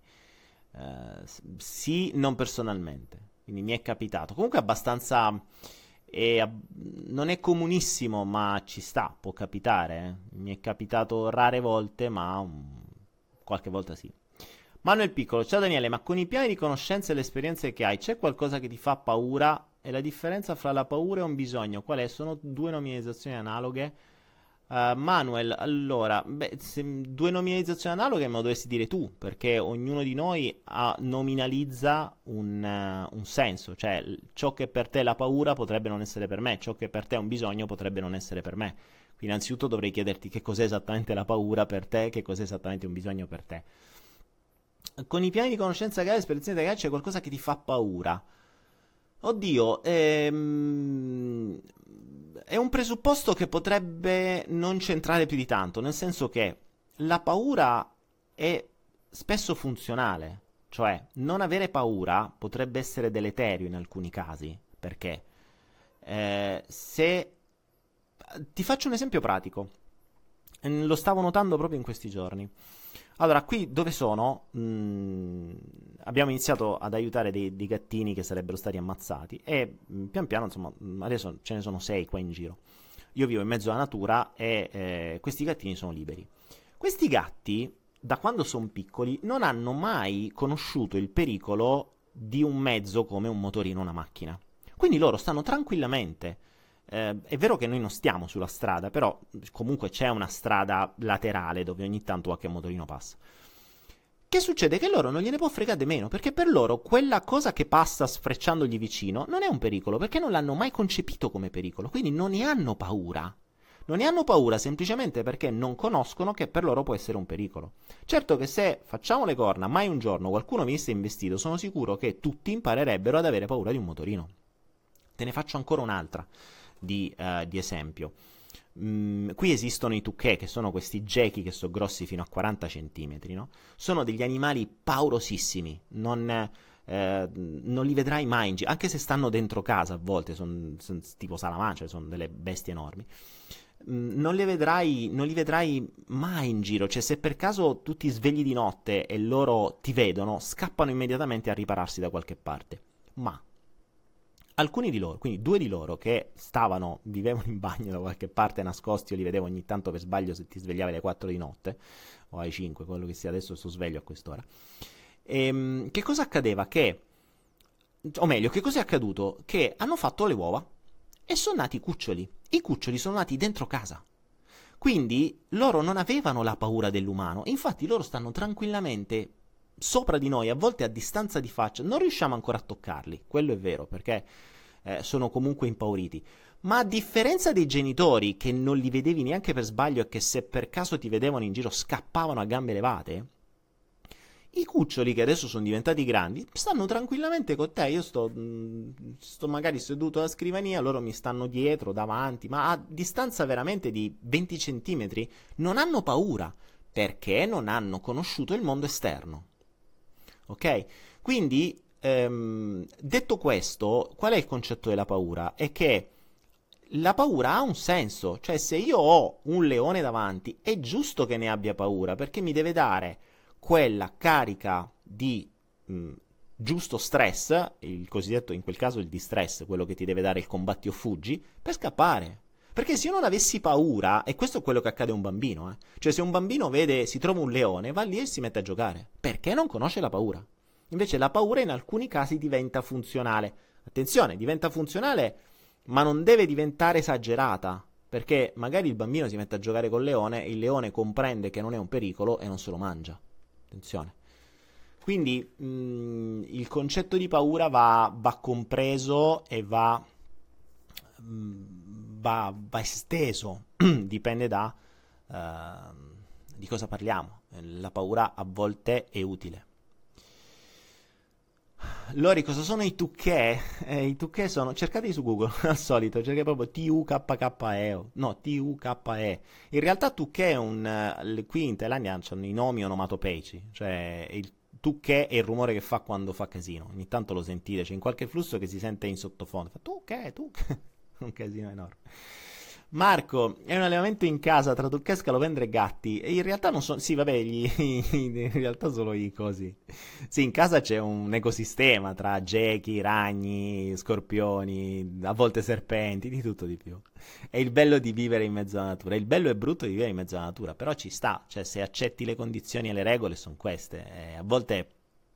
sì, non personalmente, quindi mi è capitato. Comunque abbastanza, non è comunissimo, ma ci sta, può capitare. Mi è capitato rare volte, ma qualche volta sì. Manuel Piccolo, ciao Daniele, ma con i piani di conoscenza e le esperienze che hai, c'è qualcosa che ti fa paura? E la differenza fra la paura e un bisogno, qual è? Sono due nominalizzazioni analoghe? Manuel, allora, due nominalizzazioni analoghe me lo dovresti dire tu, perché ognuno di noi nominalizza un senso, cioè ciò che per te è la paura potrebbe non essere per me, ciò che per te è un bisogno potrebbe non essere per me. Quindi innanzitutto dovrei chiederti che cos'è esattamente la paura per te, che cos'è esattamente un bisogno per te. Con i piani di conoscenza che hai, esperienze che hai, c'è qualcosa che ti fa paura. Oddio, è un presupposto che potrebbe non centrare più di tanto, nel senso che la paura è spesso funzionale, cioè non avere paura potrebbe essere deleterio in alcuni casi, perché se ti faccio un esempio pratico, lo stavo notando proprio in questi giorni. Allora, qui dove sono, abbiamo iniziato ad aiutare dei gattini che sarebbero stati ammazzati e pian piano, insomma, adesso ce ne sono 6 qua in giro. Io vivo in mezzo alla natura e questi gattini sono liberi. Questi gatti, da quando sono piccoli, non hanno mai conosciuto il pericolo di un mezzo come un motorino o una macchina. Quindi loro stanno tranquillamente. È vero che noi non stiamo sulla strada, però comunque c'è una strada laterale dove ogni tanto qualche motorino passa. Che succede? Che loro non gliene può fregare di meno, perché per loro quella cosa che passa sfrecciandogli vicino non è un pericolo, perché non l'hanno mai concepito come pericolo, quindi non ne hanno paura. Non ne hanno paura semplicemente perché non conoscono che per loro può essere un pericolo. Certo che se facciamo le corna, mai un giorno qualcuno venisse investito, sono sicuro che tutti imparerebbero ad avere paura di un motorino. Te ne faccio ancora un'altra di esempio. Qui esistono i tuché, che sono questi gechi che sono grossi fino a 40 centimetri, no? Sono degli animali paurosissimi, non li vedrai mai in giro, anche se stanno dentro casa a volte, sono tipo salamandre, sono delle bestie enormi. Non li vedrai mai in giro, cioè se per caso tu ti svegli di notte e loro ti vedono, scappano immediatamente a ripararsi da qualche parte. Ma alcuni di loro, quindi 2 di loro che vivevano in bagno da qualche parte nascosti, io li vedevo ogni tanto per sbaglio se ti svegliavi alle 4 di notte o alle 5, quello che sia, adesso sto sveglio a quest'ora. Che cosa accadeva? O meglio, che cosa è accaduto? Che hanno fatto le uova e sono nati i cuccioli. I cuccioli sono nati dentro casa. Quindi loro non avevano la paura dell'umano, infatti loro stanno tranquillamente sopra di noi, a volte a distanza di faccia. Non riusciamo ancora a toccarli, quello è vero, perché sono comunque impauriti. Ma a differenza dei genitori, che non li vedevi neanche per sbaglio e che se per caso ti vedevano in giro scappavano a gambe levate, I cuccioli che adesso sono diventati grandi stanno tranquillamente con te. Io sto magari seduto alla scrivania, loro mi stanno dietro, davanti, ma a distanza veramente di 20 centimetri. Non hanno paura perché non hanno conosciuto il mondo esterno. Ok? Quindi, detto questo, qual è il concetto della paura? È che la paura ha un senso, cioè se io ho un leone davanti, è giusto che ne abbia paura, perché mi deve dare quella carica di giusto stress, il cosiddetto in quel caso il distress, quello che ti deve dare il combatti o fuggi, per scappare. Perché se io non avessi paura, e questo è quello che accade a un bambino, cioè se un bambino vede, si trova un leone, va lì e si mette a giocare, perché non conosce la paura. Invece la paura in alcuni casi diventa funzionale. Attenzione, diventa funzionale, ma non deve diventare esagerata, perché magari il bambino si mette a giocare col leone, il leone comprende che non è un pericolo e non se lo mangia. Attenzione. Quindi il concetto di paura va compreso e va esteso, dipende di cosa parliamo. La paura a volte è utile. Lori, cosa sono i tuché? I tuché sono... Cercate su Google, al solito, cercate proprio TUKKE. No, TUKE. In realtà tuché è qui in Thailandia hanno i nomi onomatopeici, cioè il tuché è il rumore che fa quando fa casino. Ogni tanto lo sentite, c'è in qualche flusso che si sente in sottofondo. Fa tuché. Un casino enorme. Marco, è un allevamento in casa tra tucche, scalopendre e gatti. E in realtà non sono... Sì, vabbè, in realtà solo i cosi. Sì, in casa c'è un ecosistema tra gechi, ragni, scorpioni, a volte serpenti, di tutto di più. È il bello di vivere in mezzo alla natura. Il bello e brutto di vivere in mezzo alla natura, però ci sta. Cioè, se accetti le condizioni e le regole, sono queste. A volte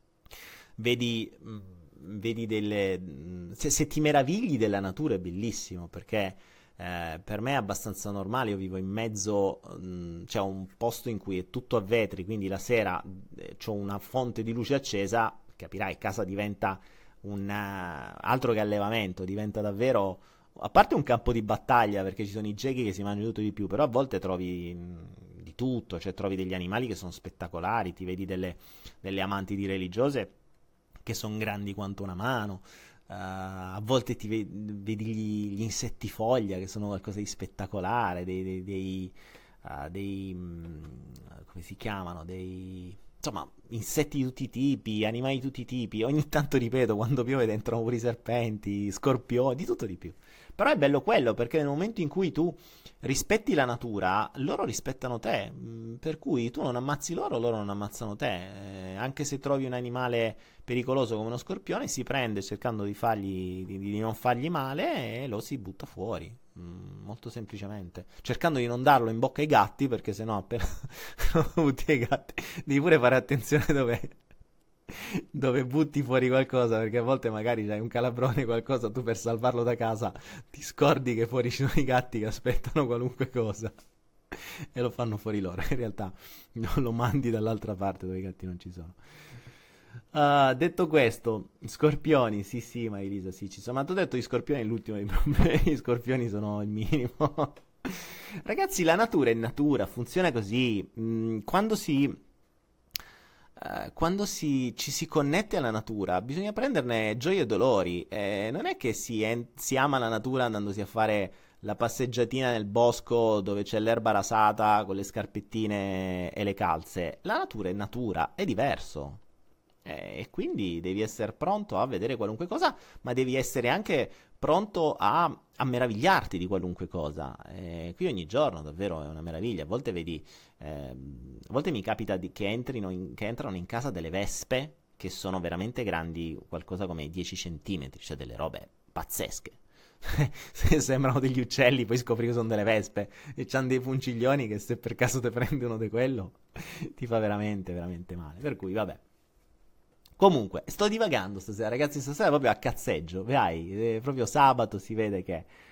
vedi delle... Se ti meravigli della natura è bellissimo, perché per me è abbastanza normale. Io vivo in mezzo, c'è un posto in cui è tutto a vetri, quindi la sera c'ho una fonte di luce accesa, capirai, casa diventa altro che allevamento, diventa davvero, a parte un campo di battaglia, perché ci sono i gechi che si mangiano tutto di più, però a volte trovi di tutto, cioè trovi degli animali che sono spettacolari, ti vedi delle amantidi religiose che sono grandi quanto una mano. A volte vedi gli insetti foglia che sono qualcosa di spettacolare, come si chiamano? Insomma, insetti di tutti i tipi, animali di tutti i tipi. Ogni tanto, ripeto, quando piove entrano pure i serpenti, scorpioni, di tutto di più. Però è bello quello, perché nel momento in cui tu rispetti la natura, loro rispettano te. Per cui tu non ammazzi loro non ammazzano te. Anche se trovi un animale pericoloso come uno scorpione, si prende cercando di non fargli male e lo si butta fuori. Molto semplicemente, cercando di non darlo in bocca ai gatti, perché sennò appena lo butti ai gatti devi pure fare attenzione dove butti fuori qualcosa, perché a volte magari c'hai un calabrone, qualcosa, tu per salvarlo da casa ti scordi che fuori ci sono i gatti che aspettano qualunque cosa e lo fanno fuori loro. In realtà lo mandi dall'altra parte dove i gatti non ci sono. Detto questo, scorpioni, sì, ma Elisa, sì, ci sono. Ma ti ho detto, gli scorpioni è l'ultimo dei problemi. Gli scorpioni sono il minimo. Ragazzi, la natura è natura, funziona così. Ci si connette alla natura, bisogna prenderne gioie e dolori. Non è che si ama la natura andandosi a fare la passeggiatina nel bosco dove c'è l'erba rasata con le scarpettine e le calze. La natura è natura, è diverso. E quindi devi essere pronto a vedere qualunque cosa, ma devi essere anche pronto a meravigliarti di qualunque cosa. Qui ogni giorno davvero è una meraviglia. A volte vedi, a volte mi capita che entrano in casa delle vespe che sono veramente grandi, qualcosa come 10 centimetri, cioè delle robe pazzesche. Sembrano degli uccelli, poi scopri che sono delle vespe e c'hanno dei punciglioni che se per caso te prendi uno di quello ti fa veramente, veramente male. Per cui, vabbè. Comunque, sto divagando stasera, ragazzi, stasera proprio a cazzeggio, vai, proprio sabato si vede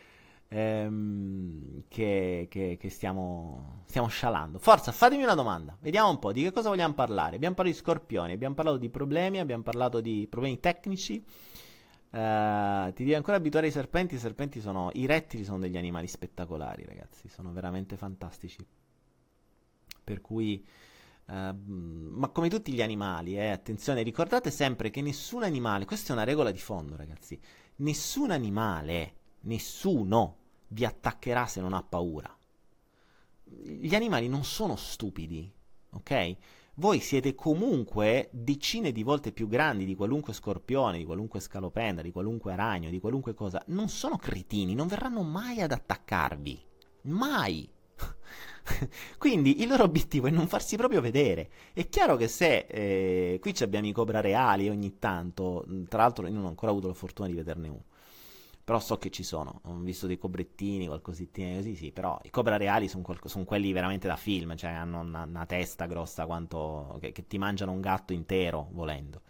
che stiamo scialando. Forza, fatemi una domanda, vediamo un po' di che cosa vogliamo parlare. Abbiamo parlato di scorpioni, abbiamo parlato di problemi, abbiamo parlato di problemi tecnici. Ti devi ancora abituare ai serpenti. I rettili sono degli animali spettacolari, ragazzi, sono veramente fantastici. Per cui ma come tutti gli animali, attenzione, ricordate sempre che nessun animale, questa è una regola di fondo, ragazzi, nessun animale, nessuno vi attaccherà se non ha paura. Gli animali non sono stupidi, ok? Voi siete comunque decine di volte più grandi di qualunque scorpione, di qualunque scalopendra, di qualunque ragno, di qualunque cosa. Non sono cretini, non verranno mai ad attaccarvi. Mai! Quindi il loro obiettivo è non farsi proprio vedere. È chiaro che se qui abbiamo i cobra reali ogni tanto, tra l'altro io non ho ancora avuto la fortuna di vederne uno, però so che ci sono, ho visto dei cobrettini, qualcosittina così, sì, però i cobra reali sono quelli veramente da film, cioè hanno una testa grossa quanto che ti mangiano un gatto intero volendo.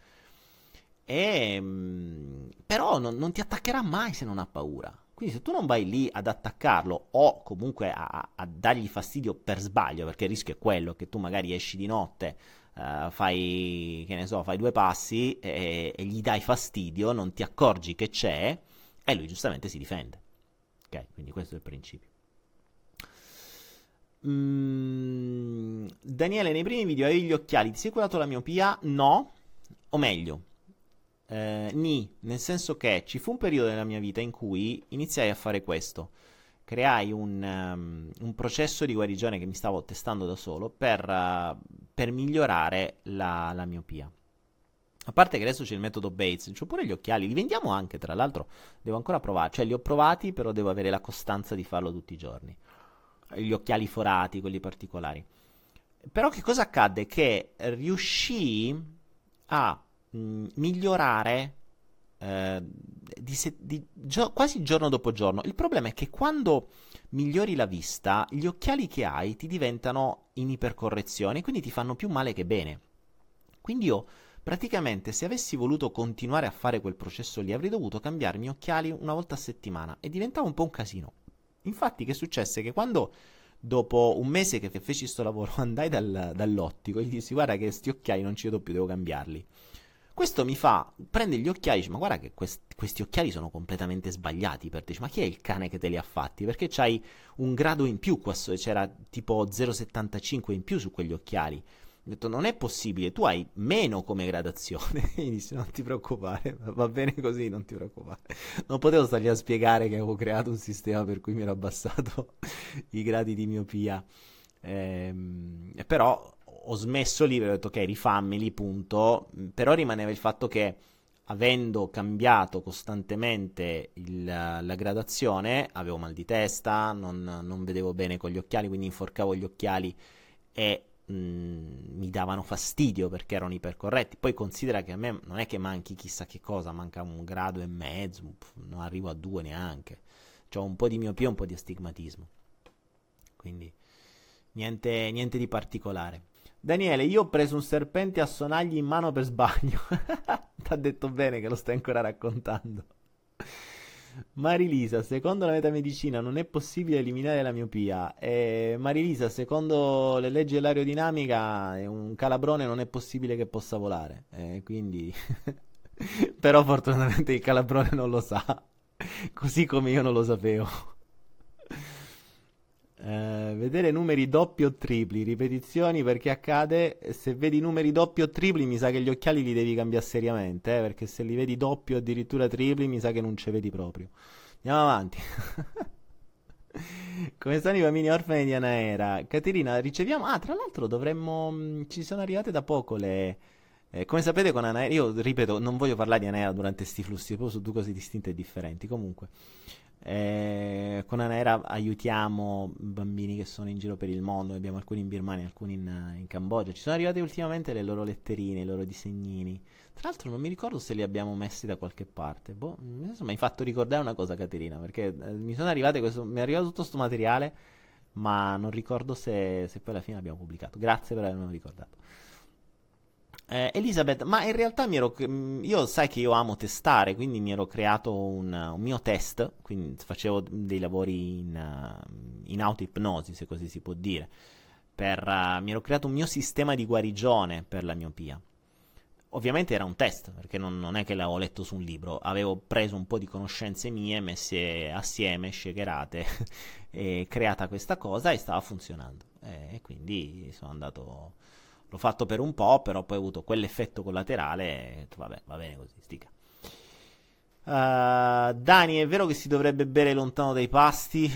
Però non ti attaccherà mai se non ha paura. Quindi se tu non vai lì ad attaccarlo o comunque a dargli fastidio per sbaglio, perché il rischio è quello che tu magari esci di notte, fai, che ne so, fai due passi e gli dai fastidio, non ti accorgi che c'è e lui giustamente si difende. Ok, quindi questo è il principio. Daniele, nei primi video avevi gli occhiali, ti sei curato la miopia? No, o meglio, nel senso che ci fu un periodo nella mia vita in cui iniziai a fare questo. Creai un processo di guarigione che mi stavo testando da solo per migliorare la miopia. A parte che adesso c'è il metodo Bates, c'ho pure gli occhiali, li vendiamo anche, tra l'altro, devo ancora provare, cioè li ho provati, però devo avere la costanza di farlo tutti i giorni. Gli occhiali forati, quelli particolari. Però che cosa accadde? Che riuscii a migliorare quasi giorno dopo giorno. Il problema è che quando migliori la vista, gli occhiali che hai ti diventano in ipercorrezione, quindi ti fanno più male che bene. Quindi io praticamente se avessi voluto continuare a fare quel processo lì avrei dovuto cambiarmi occhiali una volta a settimana e diventava un po' un casino. Infatti che successe? Che quando dopo un mese che feci sto lavoro andai dall'ottico e gli dissi guarda che sti occhiali non ci vedo più, devo cambiarli. Questo mi fa, prende gli occhiali e dice ma guarda che questi occhiali sono completamente sbagliati per te. Dice, ma chi è il cane che te li ha fatti? Perché c'hai un grado in più, c'era tipo 0,75 in più su quegli occhiali. Ho detto non è possibile, tu hai meno come gradazione. E gli disse non ti preoccupare, va bene così, non ti preoccupare. Non potevo stargli a spiegare che avevo creato un sistema per cui mi ero abbassato i gradi di miopia. Però ho smesso lì, ho detto ok, rifammeli, punto. Però rimaneva il fatto che avendo cambiato costantemente la gradazione, avevo mal di testa, non vedevo bene con gli occhiali, quindi inforcavo gli occhiali e mi davano fastidio perché erano ipercorretti. Poi considera che a me non è che manchi chissà che cosa, manca 1,5 gradi, non arrivo a 2 neanche. C'ho un po' di miopia e un po' di astigmatismo. Quindi niente di particolare. Daniele, io ho preso un serpente a sonagli in mano per sbaglio. T'ha detto bene che lo stai ancora raccontando. Marilisa, secondo la metamedicina non è possibile eliminare la miopia. Marilisa, secondo le leggi dell'aerodinamica, un calabrone non è possibile che possa volare. Quindi... Però fortunatamente il calabrone non lo sa. Così come io non lo sapevo. Vedere numeri doppi o tripli, ripetizioni perché accade. Se vedi numeri doppi o tripli, mi sa che gli occhiali li devi cambiare seriamente. Perché se li vedi doppi o addirittura tripli, mi sa che non ce vedi proprio. Andiamo avanti. Come stanno i bambini orfani di Anaera? Caterina, riceviamo. Ah, tra l'altro dovremmo. Ci sono arrivate da poco le. Come sapete, con Anaera. Io ripeto, non voglio parlare di Anaera durante questi flussi, proprio su due cose distinte e differenti. Comunque. Con Anaera aiutiamo bambini che sono in giro per il mondo. Abbiamo alcuni in Birmania, alcuni in Cambogia. Ci sono arrivate ultimamente le loro letterine, i loro disegnini. Tra l'altro non mi ricordo se li abbiamo messi da qualche parte. Boh, mi hai fatto ricordare una cosa, Caterina, perché mi sono arrivate mi è arrivato tutto questo materiale, ma non ricordo se poi alla fine l'abbiamo pubblicato. Grazie per avermelo ricordato. Elisabeth, ma in realtà io sai che io amo testare, quindi mi ero creato un mio test, quindi facevo dei lavori in auto-ipnosi, se così si può dire, mi ero creato un mio sistema di guarigione per la miopia. Ovviamente era un test, perché non è che l'avevo letto su un libro, avevo preso un po' di conoscenze mie, messe assieme, shakerate, e creata questa cosa e stava funzionando. E quindi sono andato L'ho fatto per un po', però poi ho avuto quell'effetto collaterale e ho detto, vabbè, va bene così, stica. Dani, è vero che si dovrebbe bere lontano dai pasti?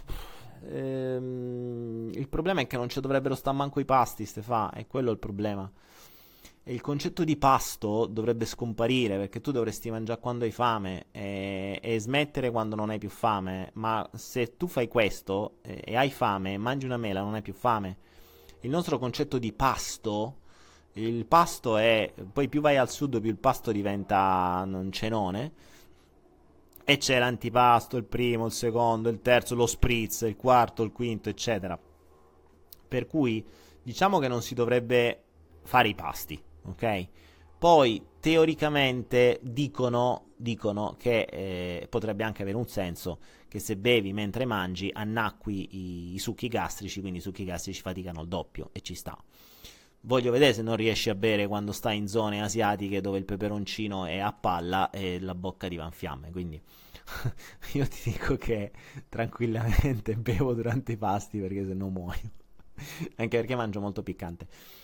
Il problema è che non ci dovrebbero stare manco i pasti, Stefà, è quello il problema. E il concetto di pasto dovrebbe scomparire perché tu dovresti mangiare quando hai fame e smettere quando non hai più fame. Ma se tu fai questo e hai fame e mangi una mela, non hai più fame. Il nostro concetto di pasto, il pasto è, poi più vai al sud più il pasto diventa un cenone e c'è l'antipasto, il primo, il secondo, il terzo, lo spritz, il quarto, il quinto, eccetera. Per cui diciamo che non si dovrebbe fare i pasti, ok? Poi teoricamente dicono che potrebbe anche avere un senso che se bevi mentre mangi annacqui i succhi gastrici, quindi i succhi gastrici faticano il doppio e ci sta. Voglio vedere se non riesci a bere quando stai in zone asiatiche dove il peperoncino è a palla e la bocca ti va in fiamme, quindi io ti dico che tranquillamente bevo durante i pasti perché se no muoio. Anche perché mangio molto piccante.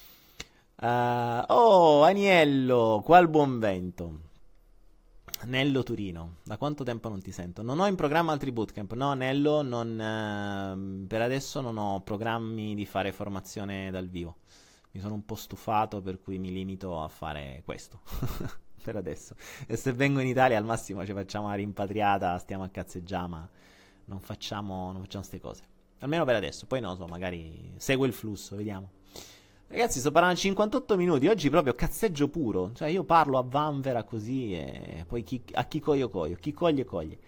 Oh, Aniello, qua il buon vento. Nello Turino, da quanto tempo non ti sento? Non ho in programma altri bootcamp. No, Nello, per adesso non ho programmi di fare formazione dal vivo. Mi sono un po' stufato, per cui mi limito a fare questo. Per adesso. E se vengo in Italia, al massimo ci facciamo una rimpatriata, stiamo a cazzeggiare, ma non facciamo queste cose. Almeno per adesso. Poi non so, magari segue il flusso, vediamo. Ragazzi, sto parlando 58 minuti. Oggi proprio cazzeggio puro. Cioè, io parlo a vanvera così e poi a chi coglio coglio. Chi coglie coglie.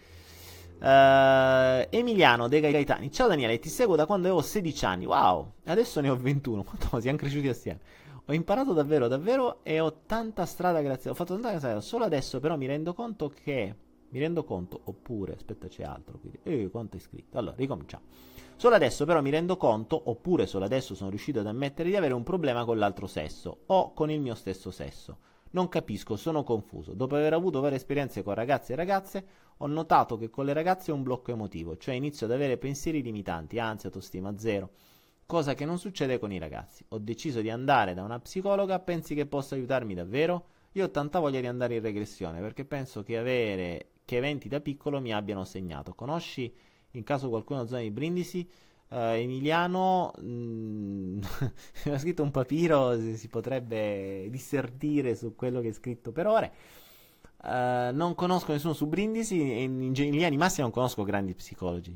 Emiliano De Gaetani. Ciao Daniele, ti seguo da quando avevo 16 anni. Wow, adesso ne ho 21. Madonna, siamo cresciuti assieme. Ho imparato davvero, davvero e ho tanta strada grazie. Ho fatto tanta strada. Solo adesso però mi rendo conto che. Mi rendo conto, oppure, aspetta, c'è altro. Quindi, quanto è scritto? Allora, ricominciamo. Solo adesso però mi rendo conto, oppure solo adesso sono riuscito ad ammettere di avere un problema con l'altro sesso o con il mio stesso sesso. Non capisco, sono confuso. Dopo aver avuto varie esperienze con ragazzi e ragazze, ho notato che con le ragazze ho un blocco emotivo, cioè inizio ad avere pensieri limitanti, ansia, autostima zero, cosa che non succede con i ragazzi. Ho deciso di andare da una psicologa, pensi che possa aiutarmi davvero? Io ho tanta voglia di andare in regressione perché penso che eventi da piccolo mi abbiano segnato. Conosci in caso qualcuno zona di Brindisi? Emiliano mi ha scritto un papiro, si potrebbe dissertire su quello che è scritto per ore. Non conosco nessuno su Brindisi e in linea di massima non conosco grandi psicologi.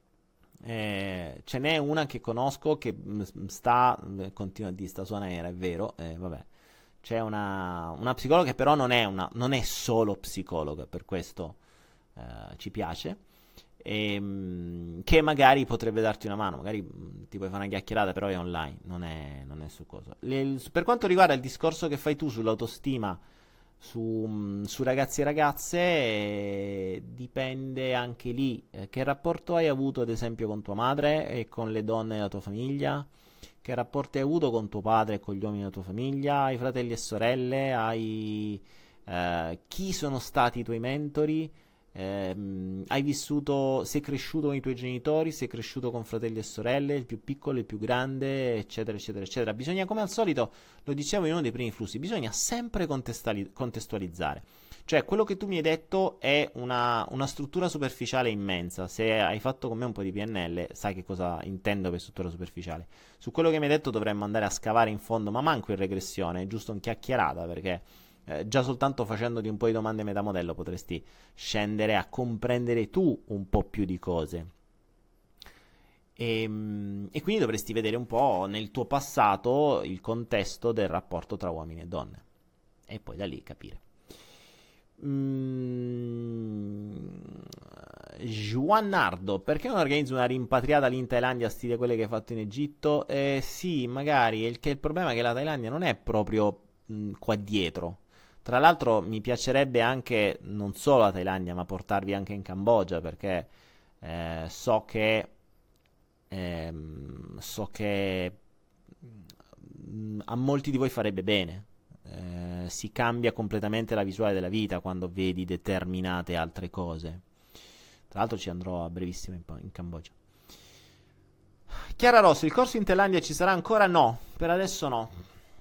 Ce n'è una che conosco che continua a dire sta sua nera, è vero, vabbè. C'è una psicologa che però non è solo psicologa, per questo ci piace. Che magari potrebbe darti una mano, magari ti puoi fare una chiacchierata, però è online, non è su cosa. Per quanto riguarda il discorso che fai tu sull'autostima, su ragazzi e ragazze, dipende anche lì. Che rapporto hai avuto, ad esempio, con tua madre e con le donne della tua famiglia? Che rapporti hai avuto con tuo padre e con gli uomini della tua famiglia? Hai fratelli e sorelle? Chi sono stati i tuoi mentori? Hai vissuto, sei cresciuto con i tuoi genitori, sei cresciuto con fratelli e sorelle, il più piccolo, il più grande, eccetera, eccetera, eccetera. Bisogna, come al solito, lo dicevo in uno dei primi flussi, bisogna sempre contestualizzare. Cioè, quello che tu mi hai detto è una struttura superficiale immensa. Se hai fatto con me un po' di PNL, sai che cosa intendo per struttura superficiale. Su quello che mi hai detto dovremmo andare a scavare in fondo, ma manco in regressione, giusto in chiacchierata, perché già soltanto facendoti un po' di domande metamodello potresti scendere a comprendere tu un po' più di cose. E quindi dovresti vedere un po' nel tuo passato il contesto del rapporto tra uomini e donne. E poi da lì capire. Juannardo, perché non organizzi una rimpatriata lì in Thailandia stile quelle che hai fatto in Egitto? Sì, magari. Il problema è che la Thailandia non è proprio qua dietro. Tra l'altro mi piacerebbe anche non solo la Thailandia, ma portarvi anche in Cambogia, perché so che a molti di voi farebbe bene. Si cambia completamente la visuale della vita quando vedi determinate altre cose. Tra l'altro ci andrò a brevissimo in Cambogia. Chiara Rosso, il corso in Thailandia ci sarà ancora? No, per adesso no.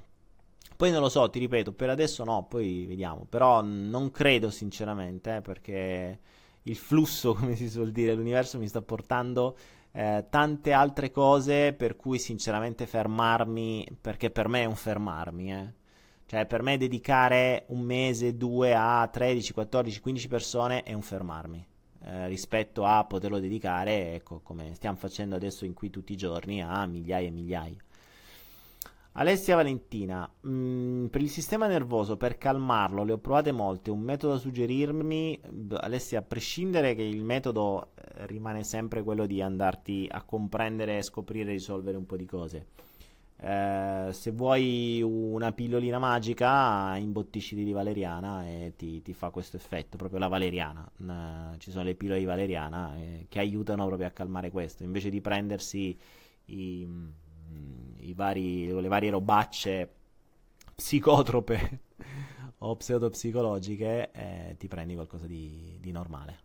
Poi non lo so, ti ripeto, per adesso no, poi vediamo. Però non credo sinceramente, perché il flusso, come si suol dire, l'universo mi sta portando tante altre cose per cui sinceramente fermarmi, perché per me è un fermarmi, eh. Cioè per me dedicare un mese, due a 13, 14, 15 persone è un fermarmi. Rispetto a poterlo dedicare, ecco, come stiamo facendo adesso in qui tutti i giorni, a migliaia e migliaia. Alessia Valentina, per il sistema nervoso, per calmarlo, le ho provate molte. Un metodo da suggerirmi, Alessia, a prescindere che il metodo rimane sempre quello di andarti a comprendere, scoprire e risolvere un po' di cose. Se vuoi una pillolina magica, imbottisciti di valeriana e ti fa questo effetto, proprio la valeriana. Ci sono le pillole di valeriana che aiutano proprio a calmare questo, invece di prendersi i, le varie robacce psicotrope o pseudopsicologiche, ti prendi qualcosa di normale.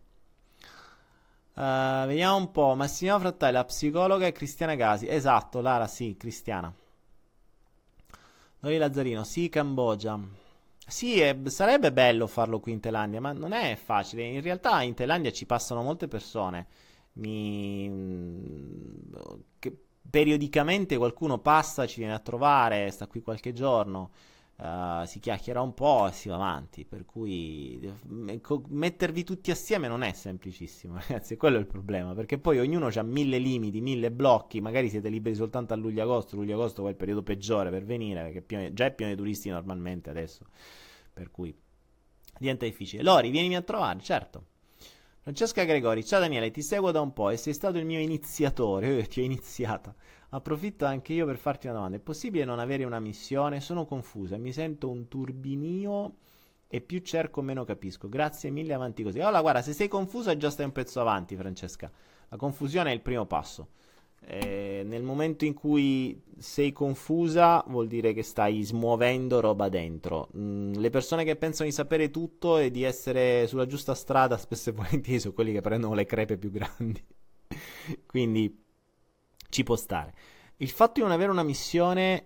Vediamo un po'. Massimo Frattali, la psicologa è Cristiana Gasi. Esatto, Lara, sì, Cristiana. Lori Lazzarino, sì, Cambogia. Sì, sarebbe bello farlo qui in Thailandia, ma non è facile. In realtà in Thailandia ci passano molte persone. Mi... che periodicamente qualcuno passa, ci viene a trovare, sta qui qualche giorno, si chiacchiera un po' e si va avanti. Per cui mettervi tutti assieme non è semplicissimo, ragazzi. Quello è il problema, perché poi ognuno ha mille limiti, mille blocchi. Magari siete liberi soltanto a luglio-agosto. Luglio-agosto è il periodo peggiore per venire, perché già è pieno di turisti normalmente adesso. Per cui diventa difficile. Lori, vienimi a trovare, certo. Francesca Gregori, ciao Daniele, ti seguo da un po' e sei stato il mio iniziatore, io ti ho iniziata. Approfitto anche io per farti una domanda. È possibile non avere una missione? Sono confusa, mi sento un turbinio e più cerco meno capisco. Grazie mille, avanti così. Allora, guarda, se sei confusa già stai un pezzo avanti, Francesca. La confusione è il primo passo. Nel momento in cui sei confusa vuol dire che stai smuovendo roba dentro. Le persone che pensano di sapere tutto e di essere sulla giusta strada spesso e volentieri sono quelli che prendono le crepe più grandi. Quindi ci può stare. Il fatto di non avere una missione,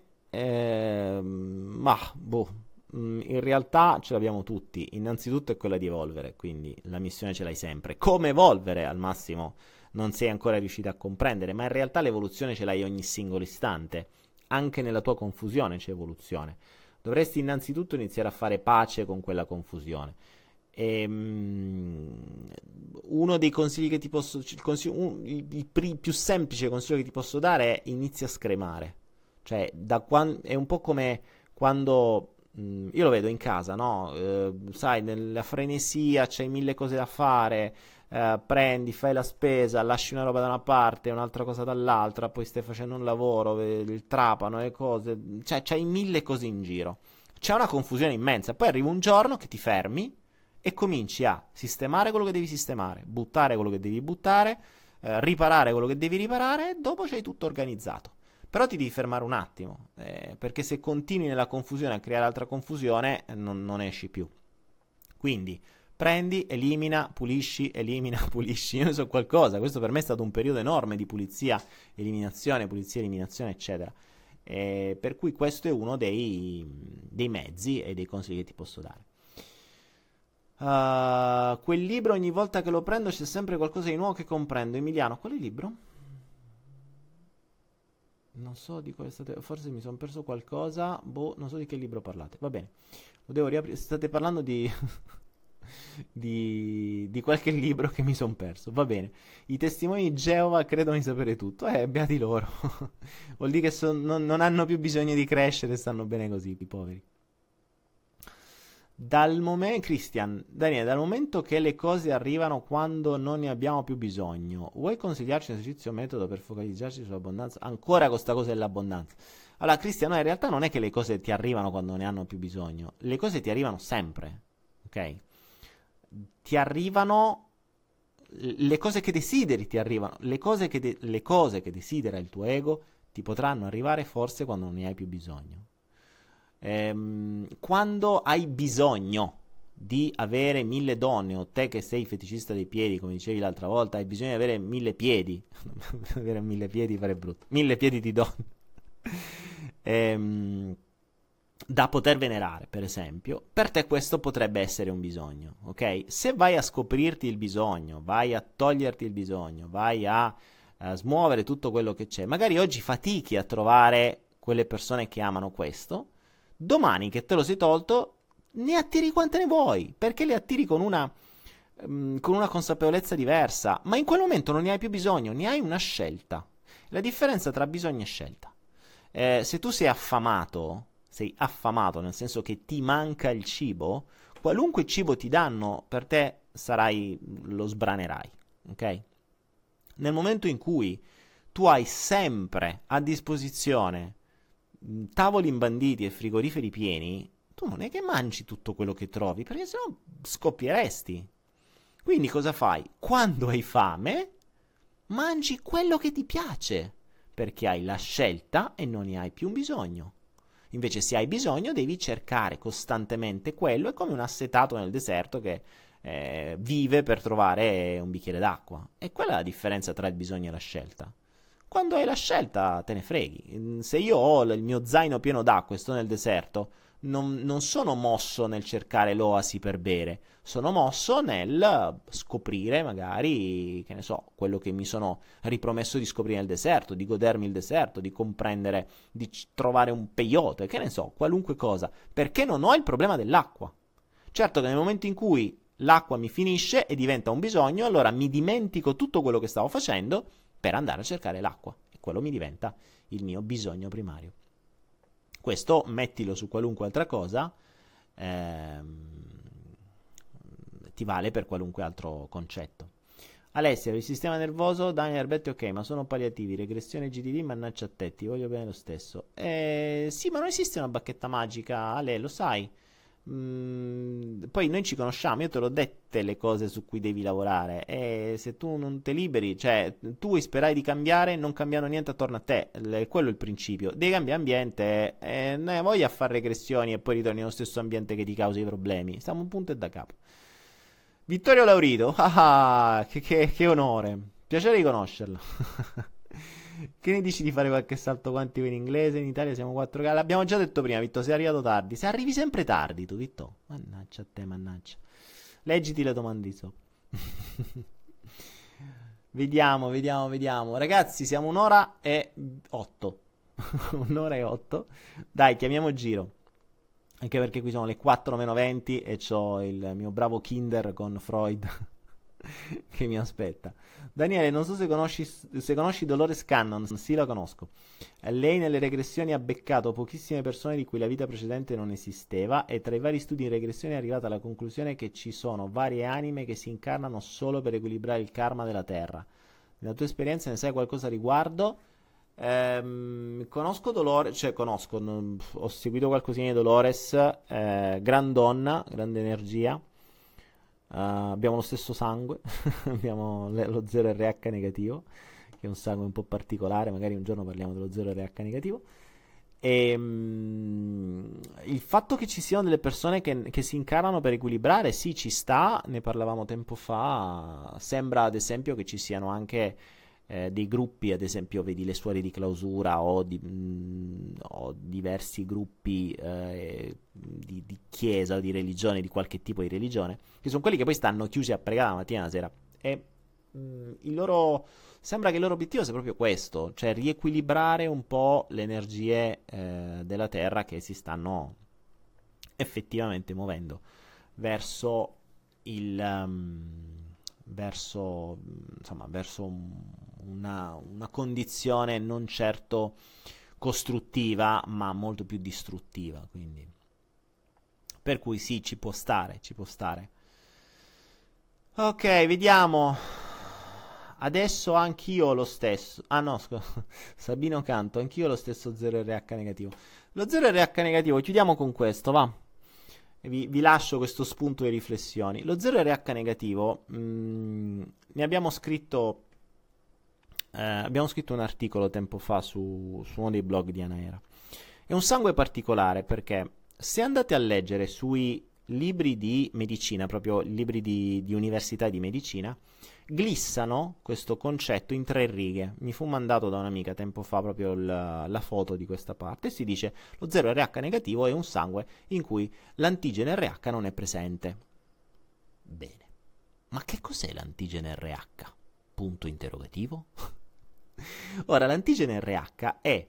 ma boh, in realtà ce l'abbiamo tutti. Innanzitutto è quella di evolvere, quindi la missione ce l'hai sempre. Come evolvere al massimo? Non sei ancora riuscito a comprendere, ma in realtà l'evoluzione ce l'hai ogni singolo istante. Anche nella tua confusione c'è evoluzione. Dovresti innanzitutto iniziare a fare pace con quella confusione. Uno dei consigli che ti posso... il più semplice consiglio che ti posso dare è inizia a scremare. Cioè, è un po' come quando... io lo vedo in casa, no? Sai, nella frenesia c'hai mille cose da fare, prendi, fai la spesa, lasci una roba da una parte, un'altra cosa dall'altra, poi stai facendo un lavoro, il trapano, le cose, cioè c'hai mille cose in giro. C'è una confusione immensa, poi arriva un giorno che ti fermi e cominci a sistemare quello che devi sistemare, buttare quello che devi buttare, riparare quello che devi riparare e dopo c'hai tutto organizzato. Però ti devi fermare un attimo, perché se continui nella confusione a creare altra confusione, non esci più. Quindi prendi, elimina, pulisci, pulisci. Io ne so qualcosa. Questo per me è stato un periodo enorme di pulizia, eliminazione, eccetera. Per cui questo è uno dei mezzi e dei consigli che ti posso dare. Quel libro ogni volta che lo prendo c'è sempre qualcosa di nuovo che comprendo. Emiliano, quale libro? Non so di quale state... Forse mi sono perso qualcosa. Boh, non so di che libro parlate. Va bene. Lo devo riaprire. State parlando di... di qualche libro che mi sono perso. Va bene. I testimoni di Geova credono di sapere tutto. Beati loro. Vuol dire che non hanno più bisogno di crescere e stanno bene così, i poveri. Christian, Daniele, dal momento che le cose arrivano quando non ne abbiamo più bisogno, vuoi consigliarci un esercizio o metodo per focalizzarci sull'abbondanza? Ancora con questa cosa dell'abbondanza. Allora, Christian, no, in realtà non è che le cose ti arrivano quando ne hanno più bisogno, le cose ti arrivano sempre, ok? Ti arrivano le cose che desideri, ti arrivano le cose che desidera il tuo ego ti potranno arrivare forse quando non ne hai più bisogno. Quando hai bisogno di avere 1000 donne, o te che sei feticista dei piedi, come dicevi l'altra volta, hai bisogno di avere 1000 piedi. Avere 1000 piedi pare brutto. 1000 piedi di donne. da poter venerare, per esempio, per te questo potrebbe essere un bisogno, ok? Se vai a scoprirti il bisogno, vai a toglierti il bisogno, vai a smuovere tutto quello che c'è, magari oggi fatichi a trovare quelle persone che amano questo, domani che te lo sei tolto, ne attiri quante ne vuoi, perché le attiri con una consapevolezza diversa, ma in quel momento non ne hai più bisogno, ne hai una scelta. La differenza tra bisogno e scelta. Se tu sei affamato nel senso che ti manca il cibo, qualunque cibo ti danno, per te lo sbranerai, ok? Nel momento in cui tu hai sempre a disposizione tavoli imbanditi e frigoriferi pieni, tu non è che mangi tutto quello che trovi, perché sennò scoppieresti. Quindi cosa fai? Quando hai fame, mangi quello che ti piace, perché hai la scelta e non ne hai più bisogno. Invece se hai bisogno devi cercare costantemente quello, è come un assetato nel deserto che vive per trovare un bicchiere d'acqua. E quella è la differenza tra il bisogno e la scelta. Quando hai la scelta te ne freghi. Se io ho il mio zaino pieno d'acqua e sto nel deserto, non sono mosso nel cercare l'oasi per bere, sono mosso nel scoprire magari, che ne so, quello che mi sono ripromesso di scoprire nel deserto, di godermi il deserto, di comprendere, trovare un peyote, che ne so, qualunque cosa, perché non ho il problema dell'acqua. Certo che nel momento in cui l'acqua mi finisce e diventa un bisogno, allora mi dimentico tutto quello che stavo facendo per andare a cercare l'acqua e quello mi diventa il mio bisogno primario. Questo mettilo su qualunque altra cosa, ti vale per qualunque altro concetto. Alessia, il sistema nervoso, Daniel Arbetti, ok, ma sono palliativi, regressione GDD, mannaggia a te, ti voglio bene lo stesso. Sì, ma non esiste una bacchetta magica, Ale, lo sai. Poi noi ci conosciamo, io te l'ho dette le cose su cui devi lavorare e se tu non te liberi, cioè tu vuoi sperare di cambiare non cambiando niente attorno a te, quello è il principio, devi cambiare ambiente e non hai voglia a fare regressioni e poi ritorni nello stesso ambiente che ti causa i problemi, stiamo un punto e da capo. Vittorio Laurito, che onore, piacere di conoscerlo. Che ne dici di fare qualche salto quantico in inglese? In Italia siamo 4K. L'abbiamo già detto prima, Vitto. Sei arrivato tardi. Se arrivi sempre tardi, tu, Vitto. Mannaggia a te, mannaggia. Leggiti le domande di sopra. Vediamo. Ragazzi, siamo 1 ora e 8. 1 ora e 8. Dai, chiamiamo Giro. Anche perché qui sono le 4 meno 20 e c'ho il mio bravo Kinder con Freud che mi aspetta. Daniele, non so se conosci Dolores Cannon. Sì, la conosco. Lei nelle regressioni ha beccato pochissime persone di cui la vita precedente non esisteva e tra i vari studi in regressione è arrivata alla conclusione che ci sono varie anime che si incarnano solo per equilibrare il karma della Terra. Nella tua esperienza ne sai qualcosa a riguardo? Conosco Dolores, ho seguito qualcosina di Dolores, gran donna, grande energia. Abbiamo lo stesso sangue, abbiamo lo 0RH negativo, che è un sangue un po' particolare, magari un giorno parliamo dello 0RH negativo. E il fatto che ci siano delle persone che si incarnano per equilibrare, sì, ci sta, ne parlavamo tempo fa. Sembra ad esempio che ci siano anche dei gruppi, ad esempio vedi le suore di clausura o diversi gruppi di chiesa o di religione, di qualche tipo di religione, che sono quelli che poi stanno chiusi a pregare la mattina e la sera e sembra che il loro obiettivo sia proprio questo, cioè riequilibrare un po' le energie della Terra che si stanno effettivamente muovendo verso verso una condizione non certo costruttiva ma molto più distruttiva, quindi per cui sì, ci può stare. Ok, vediamo. Adesso anch'io ho lo stesso. Ah no, Sabino Canto, anch'io ho lo stesso 0RH negativo. Lo 0RH negativo, chiudiamo con questo, va. Vi lascio questo spunto di riflessioni. Lo 0RH negativo, ne abbiamo scritto un articolo tempo fa su uno dei blog di Anaera. È un sangue particolare perché se andate a leggere sui libri di medicina, proprio libri di università di medicina, glissano questo concetto in 3 righe. Mi fu mandato da un'amica tempo fa proprio la foto di questa parte, e si dice: lo 0RH negativo è un sangue in cui l'antigene RH non è presente. Bene, ma che cos'è l'antigene RH? Punto interrogativo. Ora, l'antigene RH è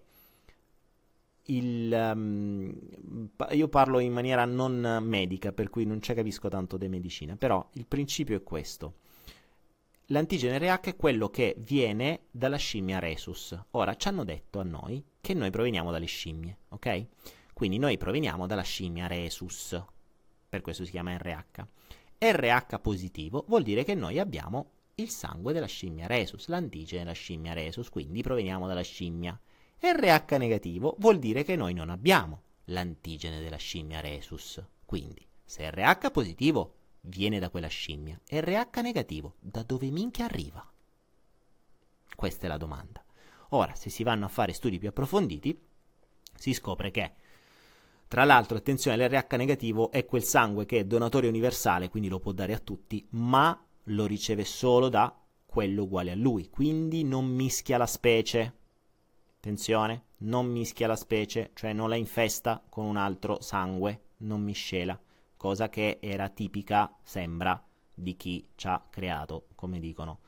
io parlo in maniera non medica, per cui non ci capisco tanto di medicina, però il principio è questo. L'antigene RH è quello che viene dalla scimmia rhesus. Ora, ci hanno detto a noi che noi proveniamo dalle scimmie, ok? Quindi noi proveniamo dalla scimmia rhesus, per questo si chiama RH. RH positivo vuol dire che noi abbiamo il sangue della scimmia rhesus, l'antigene della scimmia rhesus, quindi proveniamo dalla scimmia. RH negativo vuol dire che noi non abbiamo l'antigene della scimmia rhesus. Quindi, se RH positivo viene da quella scimmia, RH negativo da dove minchia arriva? Questa è la domanda. Ora, se si vanno a fare studi più approfonditi, si scopre che, tra l'altro, attenzione, l'RH negativo è quel sangue che è donatore universale, quindi lo può dare a tutti, ma lo riceve solo da quello uguale a lui, quindi non mischia la specie. Attenzione, non mischia la specie, cioè non la infesta con un altro sangue, non miscela, cosa che era tipica, sembra, di chi ci ha creato, come dicono.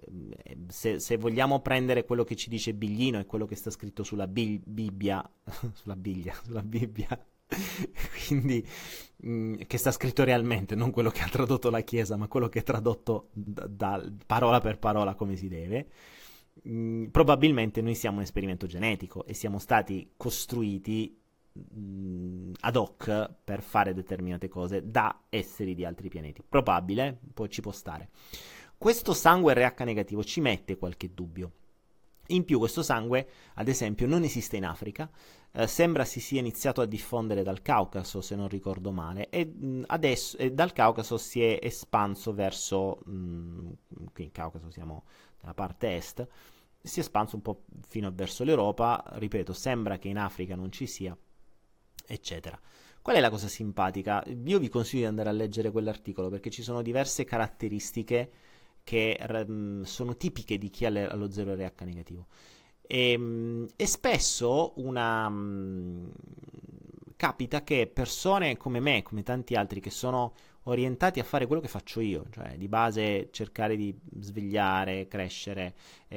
Se vogliamo prendere quello che ci dice Biglino e quello che sta scritto sulla Bibbia, sulla Bibbia, quindi che sta scritto realmente, non quello che ha tradotto la Chiesa, ma quello che è tradotto parola per parola come si deve. Probabilmente noi siamo un esperimento genetico e siamo stati costruiti ad hoc per fare determinate cose da esseri di altri pianeti. Probabile, poi ci può stare. Questo sangue RH negativo ci mette qualche dubbio. In più, questo sangue, ad esempio, non esiste in Africa, sembra si sia iniziato a diffondere dal Caucaso, se non ricordo male, e adesso dal Caucaso si è espanso verso, qui in Caucaso siamo nella parte est, si è espanso un po' fino verso l'Europa, ripeto, sembra che in Africa non ci sia, eccetera. Qual è la cosa simpatica? Io vi consiglio di andare a leggere quell'articolo perché ci sono diverse caratteristiche che sono tipiche di chi ha lo 0RH negativo. E spesso capita che persone come me, come tanti altri, che sono orientati a fare quello che faccio io, cioè di base cercare di svegliare, crescere,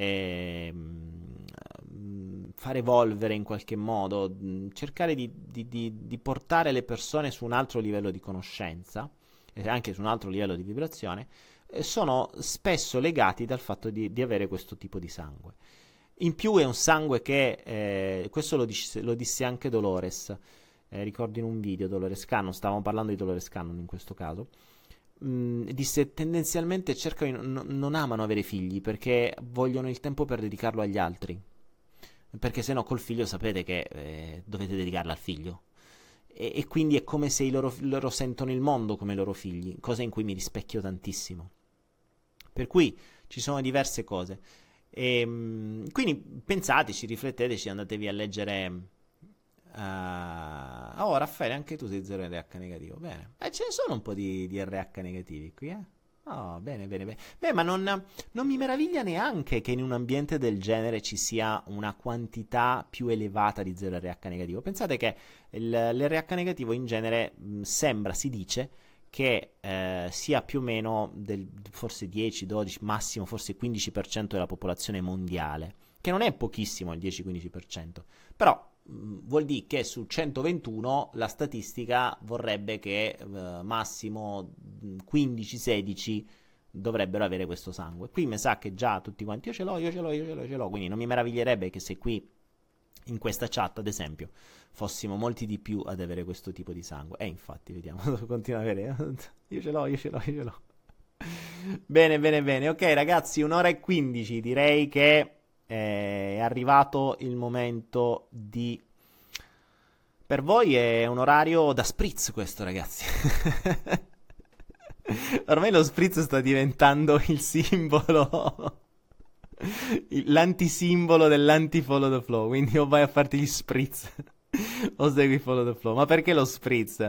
far evolvere in qualche modo, cercare di portare le persone su un altro livello di conoscenza e anche su un altro livello di vibrazione, sono spesso legati dal fatto di avere questo tipo di sangue. In più è un sangue che, questo lo disse anche Dolores, ricordo in un video Dolores Cannon, stavamo parlando di Dolores Cannon in questo caso, disse tendenzialmente non amano avere figli perché vogliono il tempo per dedicarlo agli altri, perché sennò col figlio sapete che dovete dedicarlo al figlio. E quindi è come se loro sentono il mondo come i loro figli, cosa in cui mi rispecchio tantissimo. Per cui ci sono diverse cose. Quindi pensateci, rifletteteci, andatevi a leggere. Oh, Raffaele, anche tu sei 0RH negativo. Bene. Ce ne sono un po' di RH negativi qui, eh? Oh, bene, bene, bene. Beh, ma non mi meraviglia neanche che in un ambiente del genere ci sia una quantità più elevata di 0RH negativo. Pensate che l'RH negativo in genere sembra, si dice, che sia più o meno forse 10, 12, massimo forse 15% della popolazione mondiale, che non è pochissimo il 10-15%, però vuol dire che su 121 la statistica vorrebbe che massimo 15-16 dovrebbero avere questo sangue. Qui mi sa che già tutti quanti io ce l'ho, quindi non mi meraviglierebbe che se qui in questa chat, ad esempio, fossimo molti di più ad avere questo tipo di sangue. Infatti, vediamo, continua a avere. Io ce l'ho. Bene, bene, bene. Ok, ragazzi, 1 ora e 15. Direi che è arrivato il momento di... Per voi è un orario da spritz questo, ragazzi. Ormai lo spritz sta diventando il simbolo... l'antisimbolo dell'anti-follow the flow. Quindi o vai a farti gli spritz o segui follow the flow. Ma perché lo spritz?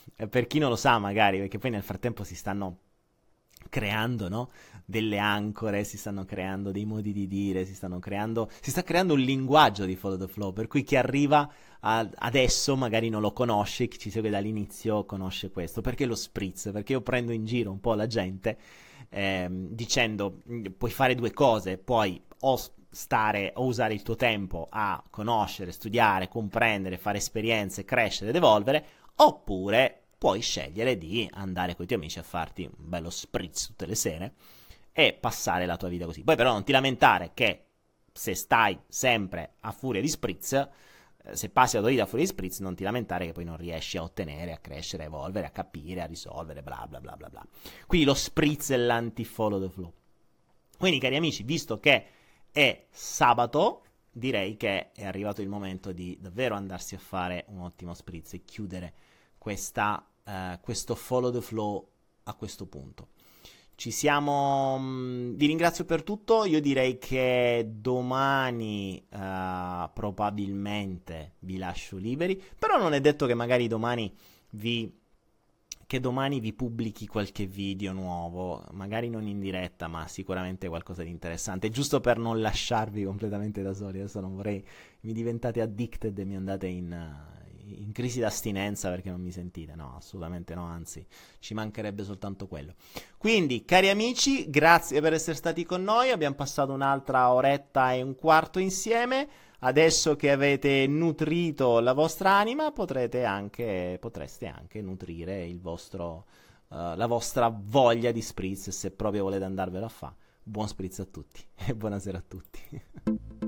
per chi non lo sa magari, perché poi nel frattempo si stanno creando, no? Delle ancore, si stanno creando dei modi di dire, si sta creando un linguaggio di Follow the Flow, per cui chi arriva adesso magari non lo conosce, chi ci segue dall'inizio conosce questo. Perché lo spritz? Perché io prendo in giro un po' la gente dicendo puoi fare due cose, puoi o usare il tuo tempo a conoscere, studiare, comprendere, fare esperienze, crescere ed evolvere, oppure puoi scegliere di andare con i tuoi amici a farti un bello spritz tutte le sere e passare la tua vita così. Poi però non ti lamentare che se stai sempre a furia di spritz, se passi la tua vita a furia di spritz, non ti lamentare che poi non riesci a ottenere, a crescere, a evolvere, a capire, a risolvere, bla bla bla bla bla. Quindi lo spritz è l'anti-follow the flow. Quindi cari amici, visto che è sabato, direi che è arrivato il momento di davvero andarsi a fare un ottimo spritz e chiudere questo follow the flow a questo punto. Ci siamo. Vi ringrazio per tutto. Io direi che domani probabilmente vi lascio liberi. Però non è detto che magari domani vi pubblichi qualche video nuovo, magari non in diretta, ma sicuramente qualcosa di interessante, giusto per non lasciarvi completamente da soli. Adesso non vorrei mi diventate addicted e mi andate in crisi d'astinenza perché non mi sentite. No, assolutamente no, anzi, ci mancherebbe soltanto quello. Quindi, cari amici, grazie per essere stati con noi. Abbiamo passato un'altra oretta e un quarto insieme. Adesso che avete nutrito la vostra anima, potreste anche nutrire la vostra voglia di spritz, se proprio volete andarvelo a fare. Buon spritz a tutti e buonasera a tutti.